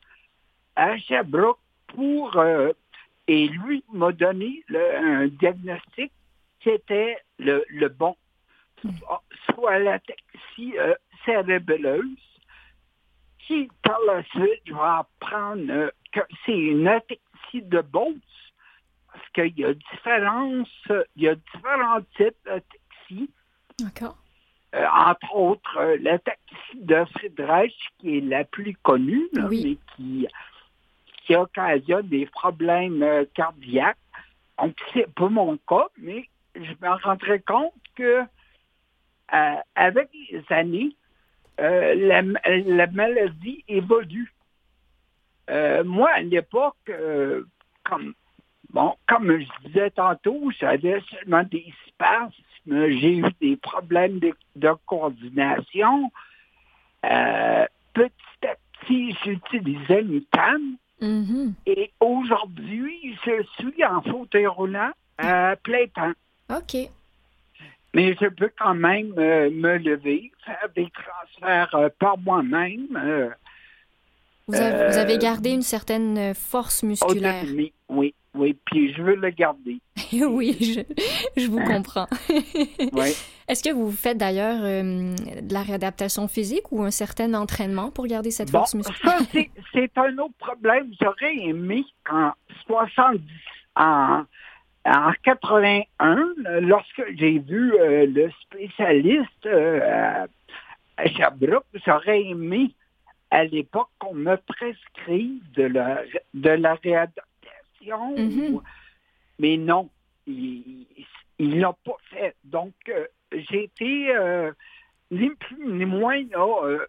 à Sherbrooke pour... Euh, et lui m'a donné le, un diagnostic qui était le, le bon. Soit l'ataxie euh, cérébelleuse, qui, par la suite, je vais apprendre euh, que c'est une ataxie de Beauce, parce qu'il y a différence, il y a différents types d'ataxie. D'accord. Euh, entre autres, euh, l'ataxie de Friedreich, qui est la plus connue, là, Oui. mais qui, qui occasionne des problèmes euh, cardiaques. Donc, c'est pas mon cas, mais je me rendrais compte que euh, avec les années, euh, la, la maladie évolue. Euh, moi, à l'époque, euh, comme bon, comme je disais tantôt, j'avais seulement des spasmes. J'ai eu des problèmes de, de coordination. Euh, petit à petit, j'utilisais une canne. Mm-hmm. Et aujourd'hui, je suis en fauteuil roulant à plein temps. OK. Mais je peux quand même euh, me lever, faire des transferts euh, par moi-même. Euh, Vous avez, vous avez euh, gardé une certaine force musculaire. autonomie, oui, oui. Puis je veux le garder. Oui, je, je vous comprends. Oui. Est-ce que vous faites d'ailleurs euh, de la réadaptation physique ou un certain entraînement pour garder cette Bon, force musculaire? ça, c'est, c'est un autre problème. J'aurais aimé en soixante-dix, en, en quatre-vingt-un, lorsque j'ai vu euh, le spécialiste euh, à Sherbrooke, j'aurais aimé à l'époque qu'on me prescrive de la, de la réadaptation. Mm-hmm. Ou, mais non, il ne l'a pas fait. Donc, euh, j'ai été euh, ni plus ni moins là, euh,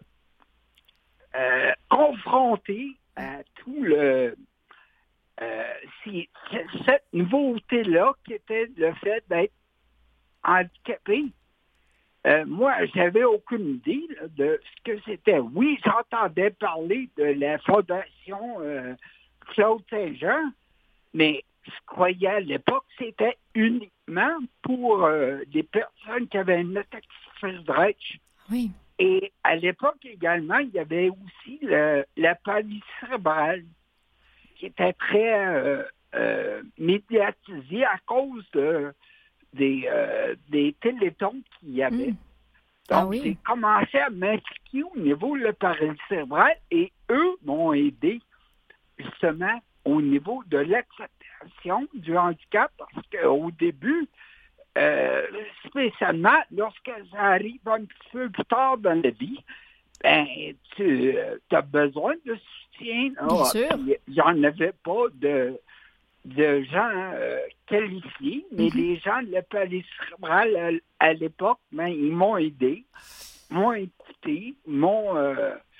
euh, confronté à tout le... Euh, c'est, c'est cette nouveauté-là qui était le fait d'être handicapé. Euh, moi, j'avais aucune idée là, de ce que c'était. Oui, j'entendais parler de la fondation euh, Claude Saint-Jean, mais je croyais à l'époque que c'était uniquement pour euh, des personnes qui avaient une ataxie Friedreich. Oui. Et à l'époque également, il y avait aussi le, la paralysie cérébrale qui était très euh, euh, médiatisée à cause de, des, euh, des télétons qu'il y avait. Mm. Donc, Ah oui. j'ai commencé à m'impliquer au niveau de la paralysie cérébrale et eux m'ont aidé justement au niveau de l'acceptation du handicap parce qu'au début, euh, spécialement lorsque ça arrive un petit peu plus tard dans la vie, ben, tu euh, as besoin de soutien. Bien sûr. Il n'y en avait pas de, de gens euh, qualifiés, mais Mm-hmm. les gens de la paralysie cérébrale à, à l'époque, ben, ils m'ont aidé, m'ont écouté, m'ont... Euh,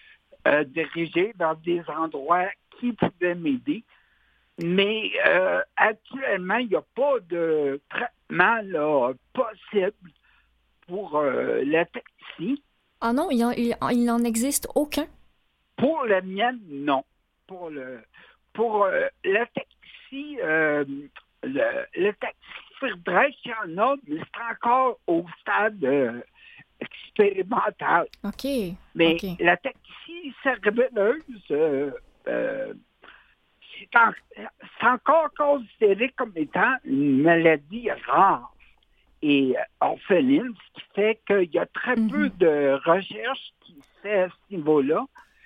euh, dirigé vers des endroits qui pouvaient m'aider. Mais euh, actuellement, il n'y a pas de traitement là, possible pour euh, l'ataxie. Ah non, il en, il, il n'en existe aucun? Pour la mienne, non. Pour le pour euh, l'ataxie, euh, le, l'ataxie Friedreich, il y en a, mais c'est encore au stade euh, expérimental. OK. Mais okay. l'ataxie cerbelleuse, euh, euh, c'est, en, c'est encore considéré comme étant une maladie rare et orpheline, ce qui fait qu'il y a très mm-hmm. peu de recherche qui se fait à ce niveau-là,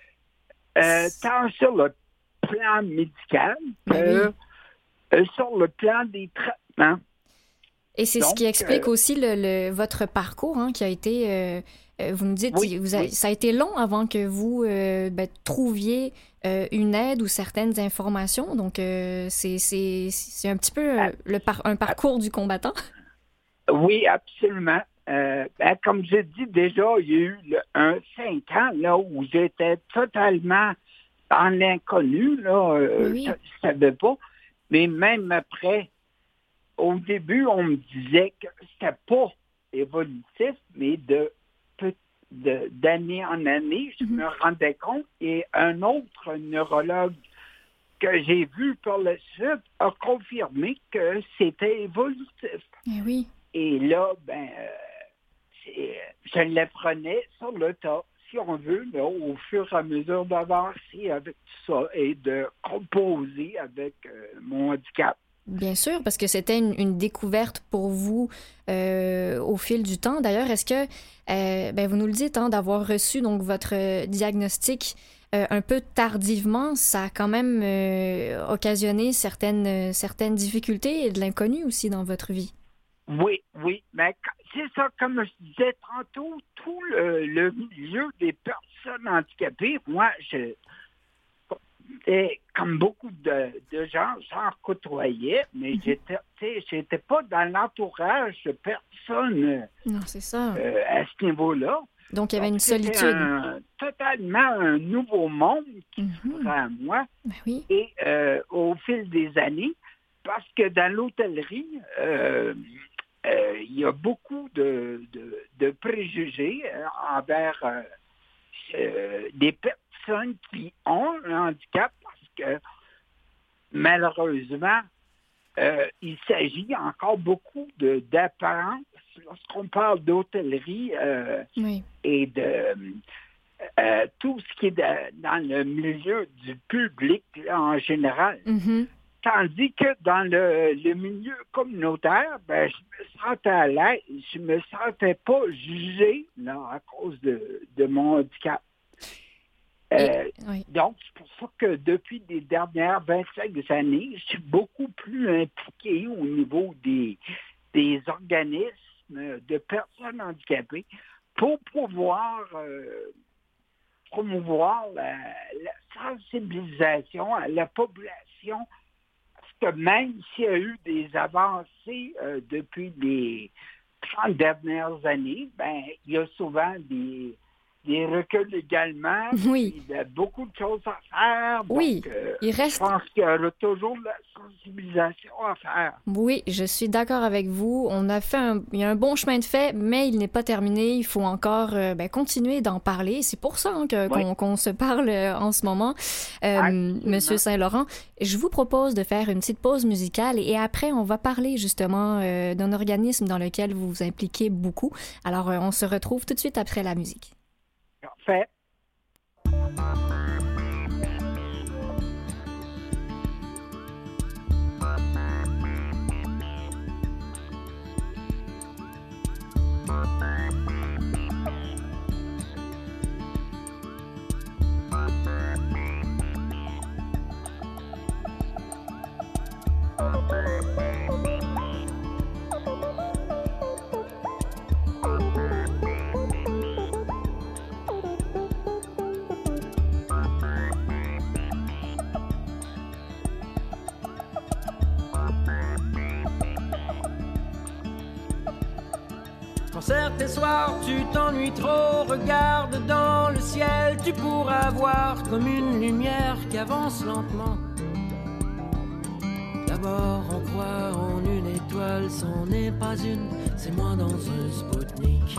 euh, tant sur le plan médical que oui. sur le plan des traitements. Et c'est Donc, ce qui explique euh, aussi le, le, votre parcours hein, qui a été, euh, vous nous dites, oui, vous a, oui. ça a été long avant que vous euh, ben, trouviez euh, une aide ou certaines informations. Donc, euh, c'est, c'est, c'est un petit peu euh, le par, un parcours du combattant. Oui, absolument. Euh, ben, comme j'ai dit déjà, il y a eu le, un cinq ans là, où j'étais totalement en l'inconnu. Là, euh, oui. Je ne savais pas. Mais même après, au début, on me disait que c'était pas évolutif, mais de, de d'année en année, je mm-hmm. me rendais compte. Et un autre neurologue que j'ai vu par la suite a confirmé que c'était évolutif. Eh oui. Et là, ben, euh, c'est, je l'apprenais sur le tas, si on veut, là, au fur et à mesure d'avancer avec tout ça et de composer avec euh, mon handicap. Bien sûr, parce que c'était une, une découverte pour vous euh, au fil du temps. D'ailleurs, est-ce que, euh, ben vous nous le dites, hein, d'avoir reçu donc votre diagnostic euh, un peu tardivement, ça a quand même euh, occasionné certaines, certaines difficultés et de l'inconnu aussi dans votre vie. Oui, oui, mais c'est ça, comme je disais tantôt, tout le, le milieu des personnes handicapées, moi, je... Et comme beaucoup de, de gens, j'en côtoyais, mais mm-hmm. j'étais, j'étais pas dans l'entourage de personnes non, c'est ça. Euh, à ce niveau-là. Donc, il y avait Donc, une solitude. C'était un, totalement un nouveau monde qui mm-hmm. s'ouvrait à moi. Ben oui. Et euh, au fil des années, parce que dans l'hôtellerie, euh, euh, il y a beaucoup de, de, de préjugés euh, envers euh, euh, des personnes qui ont un handicap parce que malheureusement, euh, il s'agit encore beaucoup de, d'apparence lorsqu'on parle d'hôtellerie euh, oui. et de euh, tout ce qui est de, dans le milieu du public là, en général. Mm-hmm. Tandis que dans le, le milieu communautaire, ben, je me sentais à l'aise, je me sentais pas jugé là, à cause de, de mon handicap. Euh, oui. Donc, c'est pour ça que depuis les dernières vingt-cinq années, je suis beaucoup plus impliqué au niveau des, des organismes de personnes handicapées pour pouvoir euh, promouvoir la, la sensibilisation à la population. Parce que même s'il y a eu des avancées euh, depuis les trente dernières années, ben il y a souvent des des reculs également. Oui. Il y a beaucoup de choses à faire. Donc, oui. Euh, il reste... Je pense qu'il y aura toujours de la sensibilisation à faire. Oui, je suis d'accord avec vous. On a fait un... Il y a un bon chemin de fait, mais il n'est pas terminé. Il faut encore euh, ben, continuer d'en parler. C'est pour ça hein, que, oui. qu'on, qu'on se parle euh, en ce moment. Euh, Monsieur Saint-Laurent, je vous propose de faire une petite pause musicale et après, on va parler justement euh, d'un organisme dans lequel vous vous impliquez beaucoup. Alors, euh, on se retrouve tout de suite après la musique. Parfait. certains soirs, tu t'ennuies trop, regarde dans le ciel, tu pourras voir comme une lumière qui avance lentement. D'abord on croit en une étoile, c'en n'est pas une, c'est moi dans un Spoutnik.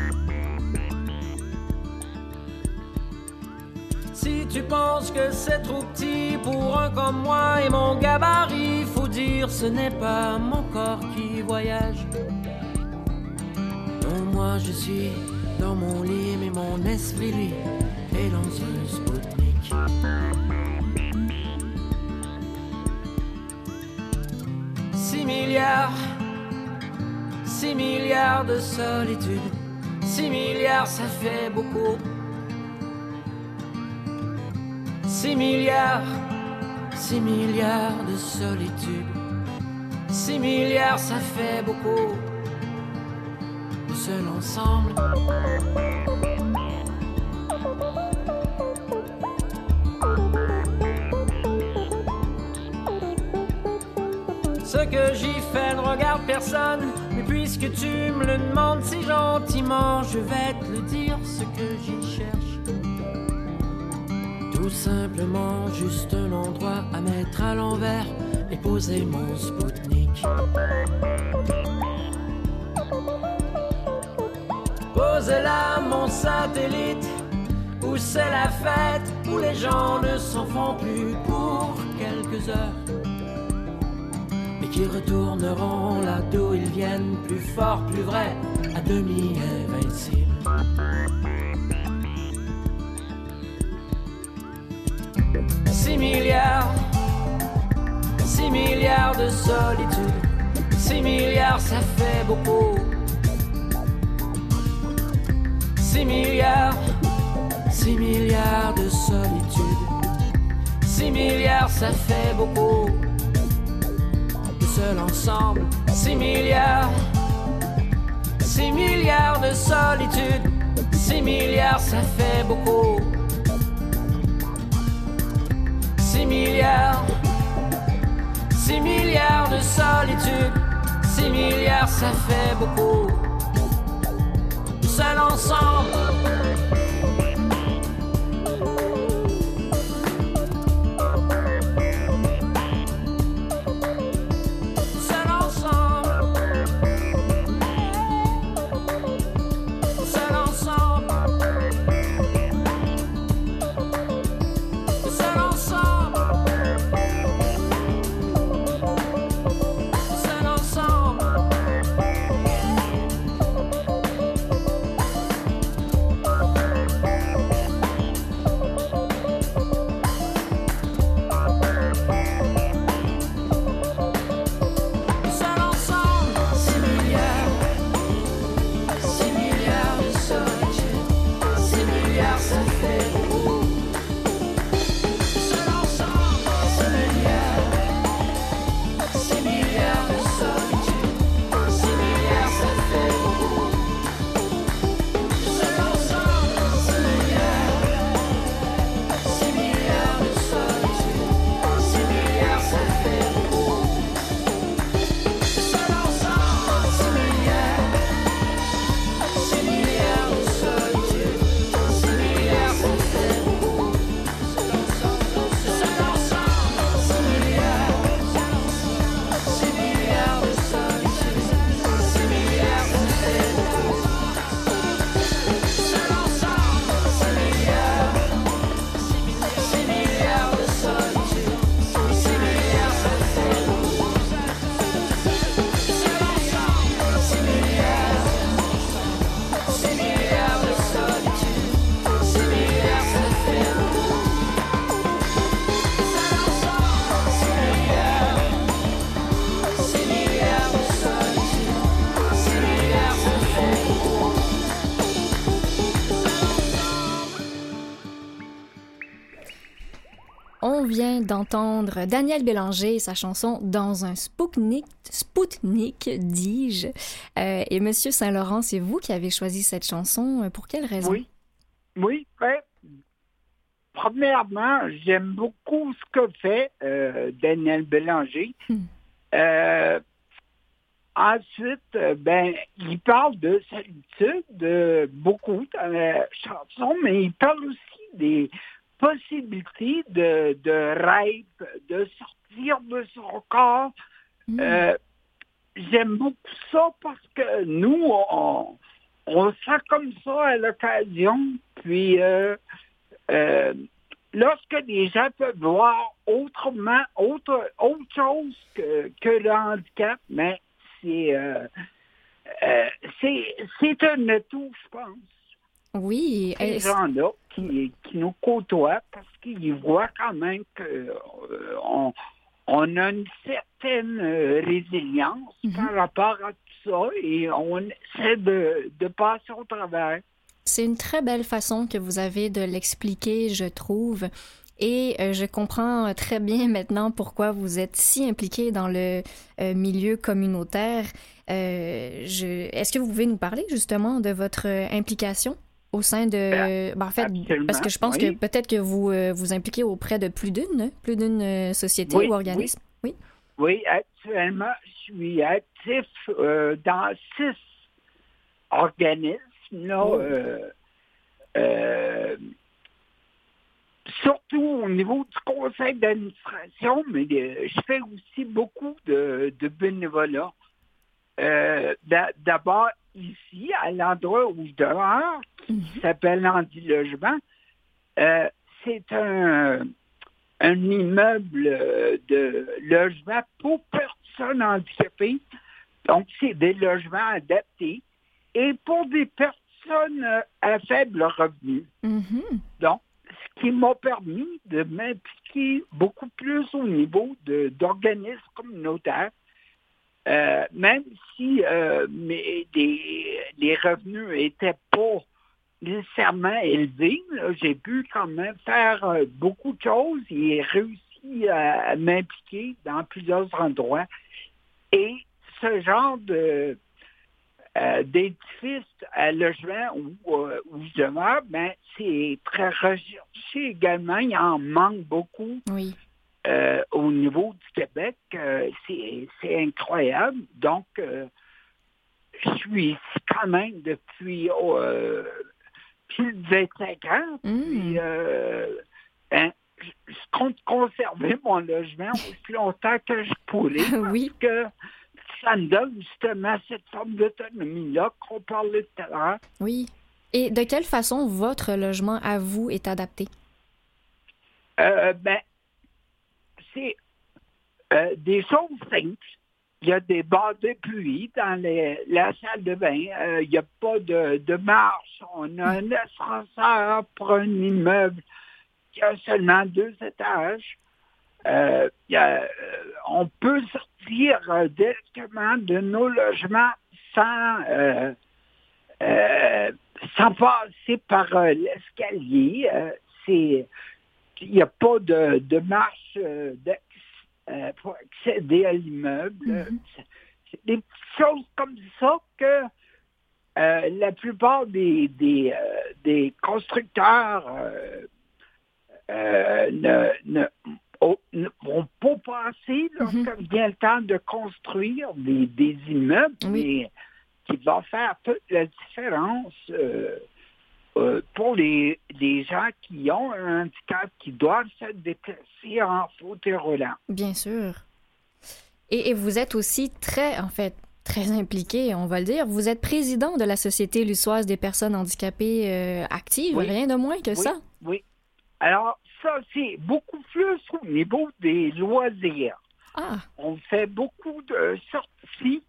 Si tu penses que c'est trop petit pour un comme moi et mon gabarit, faut dire ce n'est pas mon corps qui voyage. Non, moi je suis dans mon lit, mais mon esprit lui est dans un Spoutnik. Six milliards, six milliards de solitude, six milliards ça fait beaucoup. Six milliards, six milliards de solitude, six milliards ça fait beaucoup. Seul ensemble. Ce que j'y fais ne regarde personne, mais puisque tu me le demandes si gentiment, je vais te le dire ce que j'y cherche. Tout simplement juste un endroit à mettre à l'envers et poser mon Spoutnik. Posez là mon satellite, où c'est la fête, où les gens ne s'en font plus pour quelques heures, mais qui retourneront là d'où ils viennent, plus forts, plus vrais, à demi invincibles. Six milliards, six milliards de solitude, six milliards ça fait beaucoup. Six milliards, six milliards de solitude, six milliards ça fait beaucoup. Seul ensemble, six milliards, six milliards de solitude, six milliards ça fait beaucoup. Six milliards, six milliards de solitude, six milliards ça fait beaucoup. Seul ensemble. On vient d'entendre Daniel Bélanger et sa chanson « Dans un Spoutnik », Spoutnik, dis-je. Euh, et Monsieur Saint-Laurent, c'est vous qui avez choisi cette chanson. Pour quelle raison? Oui, oui. Ben, premièrement, j'aime beaucoup ce que fait euh, Daniel Bélanger. Hmm. Euh, ensuite, euh, ben, il parle de solitude euh, beaucoup dans la chanson, mais il parle aussi des possibilités de, de rêve, de sortir de son corps. Mmh. Euh, j'aime beaucoup ça parce que nous, on, on sent comme ça à l'occasion. Puis, euh, euh, lorsque les gens peuvent voir autrement, autre, autre chose que, que le handicap, mais c'est, euh, euh, c'est, c'est un atout, je pense. Oui. Ces est-ce... gens-là qui, qui nous côtoient parce qu'ils voient quand même qu'on euh, on a une certaine euh, résilience mm-hmm. par rapport à tout ça et on essaie de, de passer au travers. C'est une très belle façon que vous avez de l'expliquer, je trouve. Et euh, je comprends très bien maintenant pourquoi vous êtes si impliqué dans le euh, milieu communautaire. Euh, je... Est-ce que vous pouvez nous parler justement de votre implication au sein de... Ben, en fait, absolument, parce que je pense oui. que peut-être que vous euh, vous impliquez auprès de plus d'une, plus d'une euh, société oui, ou organisme. Oui. oui, oui, actuellement, je suis actif euh, dans six organismes. Là, oh. euh, euh, surtout au niveau du conseil d'administration, mais euh, je fais aussi beaucoup de, de bénévolat. Euh, d'abord, ici, à l'endroit où je demeure, qui mm-hmm. s'appelle Andy Logement, euh, c'est un, un immeuble de logement pour personnes handicapées. Donc, c'est des logements adaptés et pour des personnes à faible revenu. Mm-hmm. Donc, ce qui m'a permis de m'impliquer beaucoup plus au niveau de, d'organismes communautaires. Euh, même si euh, mes, des, les revenus n'étaient pas nécessairement élevés, là, j'ai pu quand même faire euh, beaucoup de choses et réussi à, à m'impliquer dans plusieurs endroits. Et ce genre de, euh, d'édifice à logement où, euh, où je demeure, ben, c'est très recherché également. Il en manque beaucoup. Oui. Euh, au niveau du Québec, euh, c'est, c'est incroyable. Donc, euh, je suis ici quand même depuis oh, euh, plus de vingt-cinq ans. Mmh. Puis, euh, hein, je, je compte conserver mon logement aussi longtemps que je pourrais. Oui. Parce que ça me donne justement cette forme d'autonomie-là qu'on parlait tout à l'heure. Oui. Et de quelle façon votre logement à vous est adapté? Euh, ben, c'est euh, des choses simples. Il y a des barres de pluie dans les, la salle de bain. Euh, il n'y a pas de, de marche. On a un ascenseur pour un immeuble qui a seulement deux étages. Euh, il y a, euh, on peut sortir euh, directement de nos logements sans, euh, euh, sans passer par euh, l'escalier. Euh, c'est Il n'y a pas de, de marche euh, euh, pour accéder à l'immeuble. Mm-hmm. C'est, c'est des petites choses comme ça que euh, la plupart des, des, euh, des constructeurs euh, euh, ne, ne, oh, ne vont pas passer lorsque mm-hmm. vient le temps de construire des, des immeubles, oui. mais qui va faire toute la différence euh, Euh, pour les, les gens qui ont un handicap, qui doivent se déplacer en fauteuil roulant. Bien sûr. Et, et vous êtes aussi très, en fait, très impliqué, on va le dire. Vous êtes président de la Société lussoise des personnes handicapées euh, actives, oui. rien de moins que oui. ça. Oui. Alors, ça, c'est beaucoup plus au niveau des loisirs. Ah. On fait beaucoup de sorties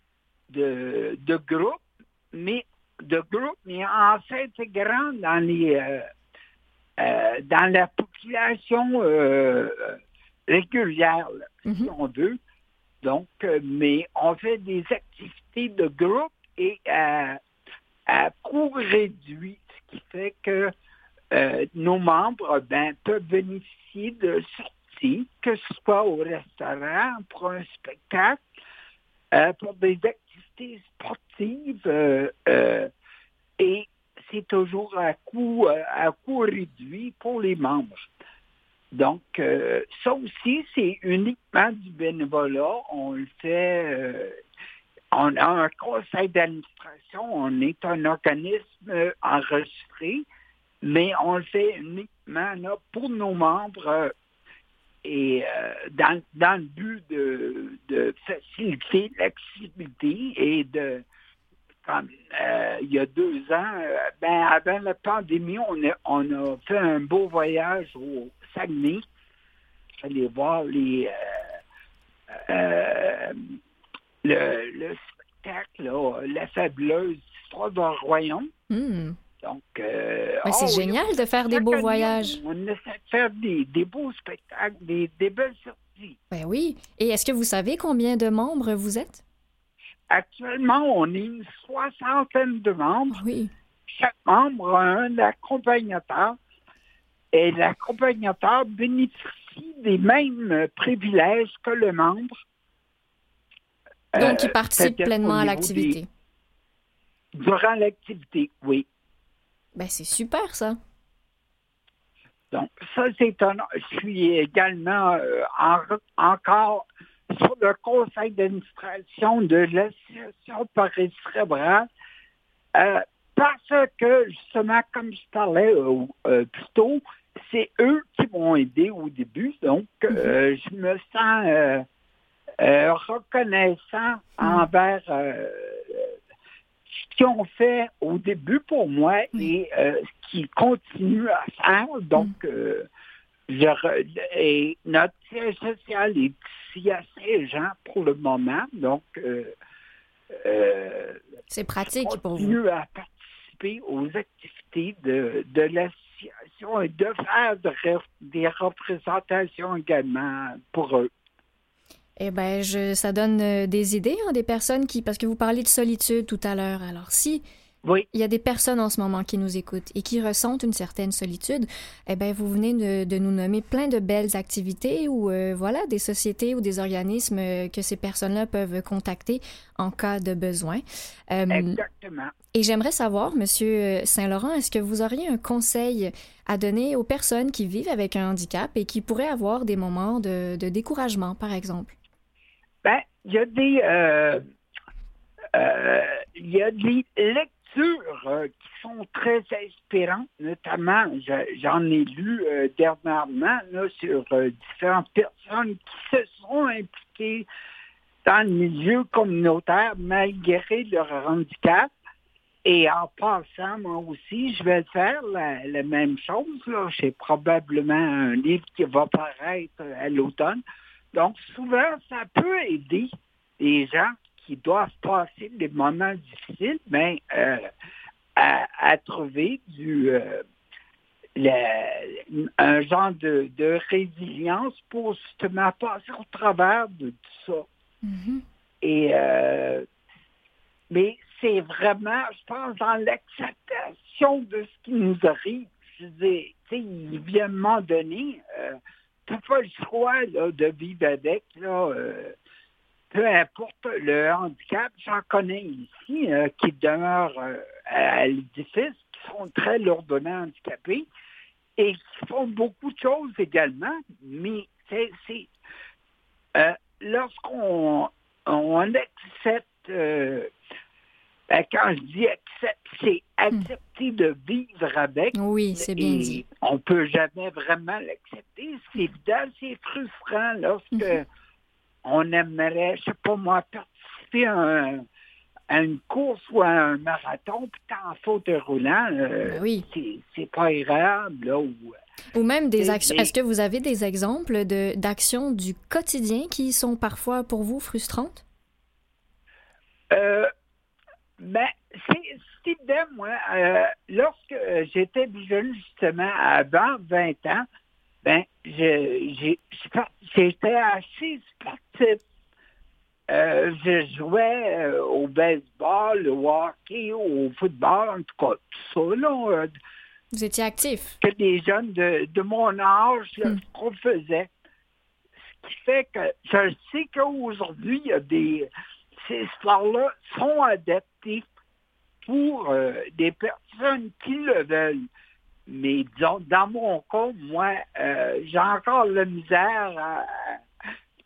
de, de groupes, mais de groupe, mais en s'intégrant dans les euh, euh, dans la population euh, régulière, là, mm-hmm. si on veut. Donc, euh, mais on fait des activités de groupe et à, à coût réduit, ce qui fait que euh, nos membres ben, peuvent bénéficier de sorties, que ce soit au restaurant, pour un spectacle, euh, pour des activités sportives, euh, euh, et c'est toujours à coût, euh, à coût réduit pour les membres. Donc, euh, ça aussi, c'est uniquement du bénévolat. On le fait euh, on a un conseil d'administration, on est un organisme enregistré, mais on le fait uniquement là, pour nos membres euh, et euh, dans, dans le but de, de faciliter l'accessibilité et de, comme euh, il y a deux ans, euh, ben, avant la pandémie, on a, on a fait un beau voyage au Saguenay, aller voir les... Euh, euh, Le, le spectacle, là, La fabuleuse histoire d'un royaume. Mm. Donc, euh, Ben, c'est oh, génial oui, de faire des chaque beaux année, voyages. On, on essaie de faire des, des beaux spectacles, des, des belles sorties. Ben oui. Et est-ce que vous savez combien de membres vous êtes? Actuellement, on est une soixantaine de membres. Ah oui. Chaque membre a un accompagnateur. Et l'accompagnateur bénéficie des mêmes privilèges que le membre. Donc, Euh, il participe c'est-à-dire pleinement au à niveau l'activité. des- Durant l'activité, oui. Ben, c'est super, ça. Donc, ça, c'est un... Je suis également euh, en- encore sur le conseil d'administration de l'Association Paris cérébrale euh, parce que, justement, comme je parlais euh, euh, plus tôt, c'est eux qui m'ont aidé au début. Donc, euh, je me sens... Euh, Euh, reconnaissant envers euh, ce qu'ils ont fait au début pour moi et euh, ce qu'ils continuent à faire. Donc, euh, je re- et notre siège social est ici à Saint-Jean pour le moment. Donc, euh, euh, C'est pratique je pour vous. continue à participer aux activités de, de l'association et de faire de re- des représentations également pour eux. Eh ben, je, ça donne euh, des idées, hein, des personnes qui... Parce que vous parliez de solitude tout à l'heure. Alors, si Oui. il y a des personnes en ce moment qui nous écoutent et qui ressentent une certaine solitude, eh ben, vous venez de, de nous nommer plein de belles activités ou, euh, voilà, des sociétés ou des organismes euh, que ces personnes-là peuvent contacter en cas de besoin. Euh, Exactement. Et j'aimerais savoir, Monsieur Saint-Laurent, est-ce que vous auriez un conseil à donner aux personnes qui vivent avec un handicap et qui pourraient avoir des moments de, de découragement, par exemple? Ben, il y a des, euh, euh, il y a des lectures euh, qui sont très inspirantes, notamment, je- j'en ai lu euh, dernièrement là, sur euh, différentes personnes qui se sont impliquées dans le milieu communautaire malgré leur handicap. Et en passant, moi aussi, je vais faire la, la même chose. Là. J'ai probablement un livre qui va paraître à l'automne. Donc, souvent, ça peut aider les gens qui doivent passer des moments difficiles, mais euh, à, à trouver du euh, le- un genre de, de résilience pour justement passer au travers de tout ça. Mm-hmm. Et euh, mais c'est vraiment, je pense, dans l'acceptation de ce qui nous arrive. Je veux dire, tu sais, il vient un moment donné, euh, tu n'as pas le choix là, de vivre avec, là, euh, peu importe le handicap. J'en connais ici euh, qui demeurent euh, à l'édifice, qui sont très lourdement handicapés et qui font beaucoup de choses également, mais c'est, c'est euh, lorsqu'on on accepte, euh, ben, quand je dis accepte, c'est accepter hmm. de vivre avec. Oui, c'est bien dit. On peut jamais vraiment l'accepter. C'est évident, c'est frustrant lorsque mm-hmm. on aimerait, je sais pas moi, participer à, un, à une course ou à un marathon, puis t'es en fauteuil roulant. Euh, ben oui. c'est, c'est pas agréable, là. Ou, Ou même des actions. Est-ce que vous avez des exemples de, d'actions du quotidien qui sont parfois pour vous frustrantes? Euh, ben, c'est, c'est évident, moi. Euh, lorsque j'étais jeune, justement, avant vingt ans, ben, je, j'ai, j'étais assez sportif. Euh, je jouais euh, au baseball, au hockey, au football, en tout cas, tout ça, là. Euh, Vous étiez actif? Que des jeunes de, de mon âge, là, hmm. ce qu'on faisait. Ce qui fait que je sais qu'aujourd'hui, il y a des... Ces sports-là sont adaptés pour euh, des personnes qui le veulent. Mais disons, dans mon cas, moi, euh, j'ai encore la misère à...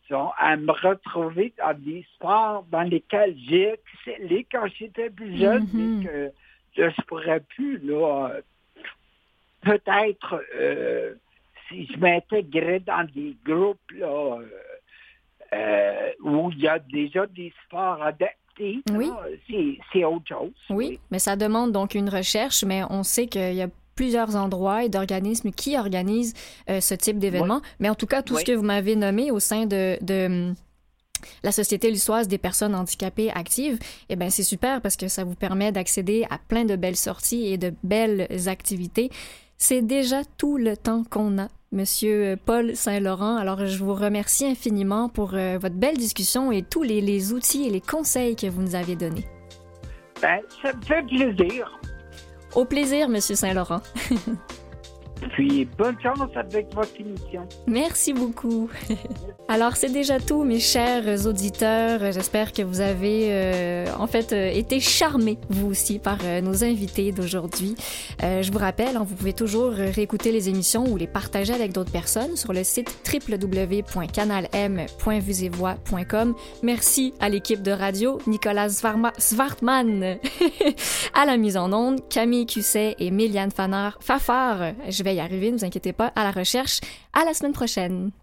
disons, à me retrouver dans des sports dans lesquels j'ai excellé quand j'étais plus jeune, Mm-hmm. mais que je ne pourrais plus, là, peut-être, euh, si je m'intégrais dans des groupes, là, euh, euh, où il y a déjà des sports adaptés, Oui. là, c'est, c'est autre chose. Oui, mais ça demande donc une recherche, mais on sait qu'il y a plusieurs endroits et d'organismes qui organisent euh, ce type d'événement. Oui. Mais en tout cas, tout Oui. ce que vous m'avez nommé au sein de, de la Société lussoise des personnes handicapées actives, eh bien, c'est super parce que ça vous permet d'accéder à plein de belles sorties et de belles activités. C'est déjà tout le temps qu'on a, Monsieur Paul Saint-Laurent. Alors, je vous remercie infiniment pour euh, votre belle discussion et tous les, les outils et les conseils que vous nous avez donnés. Ben, ça me fait plaisir. Au plaisir, Monsieur Saint-Laurent. Puis, bonne chance avec votre émission. Merci beaucoup. Alors, c'est déjà tout, mes chers auditeurs. J'espère que vous avez, euh, en fait, euh, été charmés, vous aussi, par euh, nos invités d'aujourd'hui. Euh, je vous rappelle, hein, vous pouvez toujours réécouter les émissions ou les partager avec d'autres personnes sur le site w w w point canal m point vusevoix point com. Merci à l'équipe de radio, Nicolas Svarma- Svartman à la mise en onde, Camille Cusset et Méliane Fanard- Fafard. Je vais y arriver, ne vous inquiétez pas, à la recherche. À la semaine prochaine.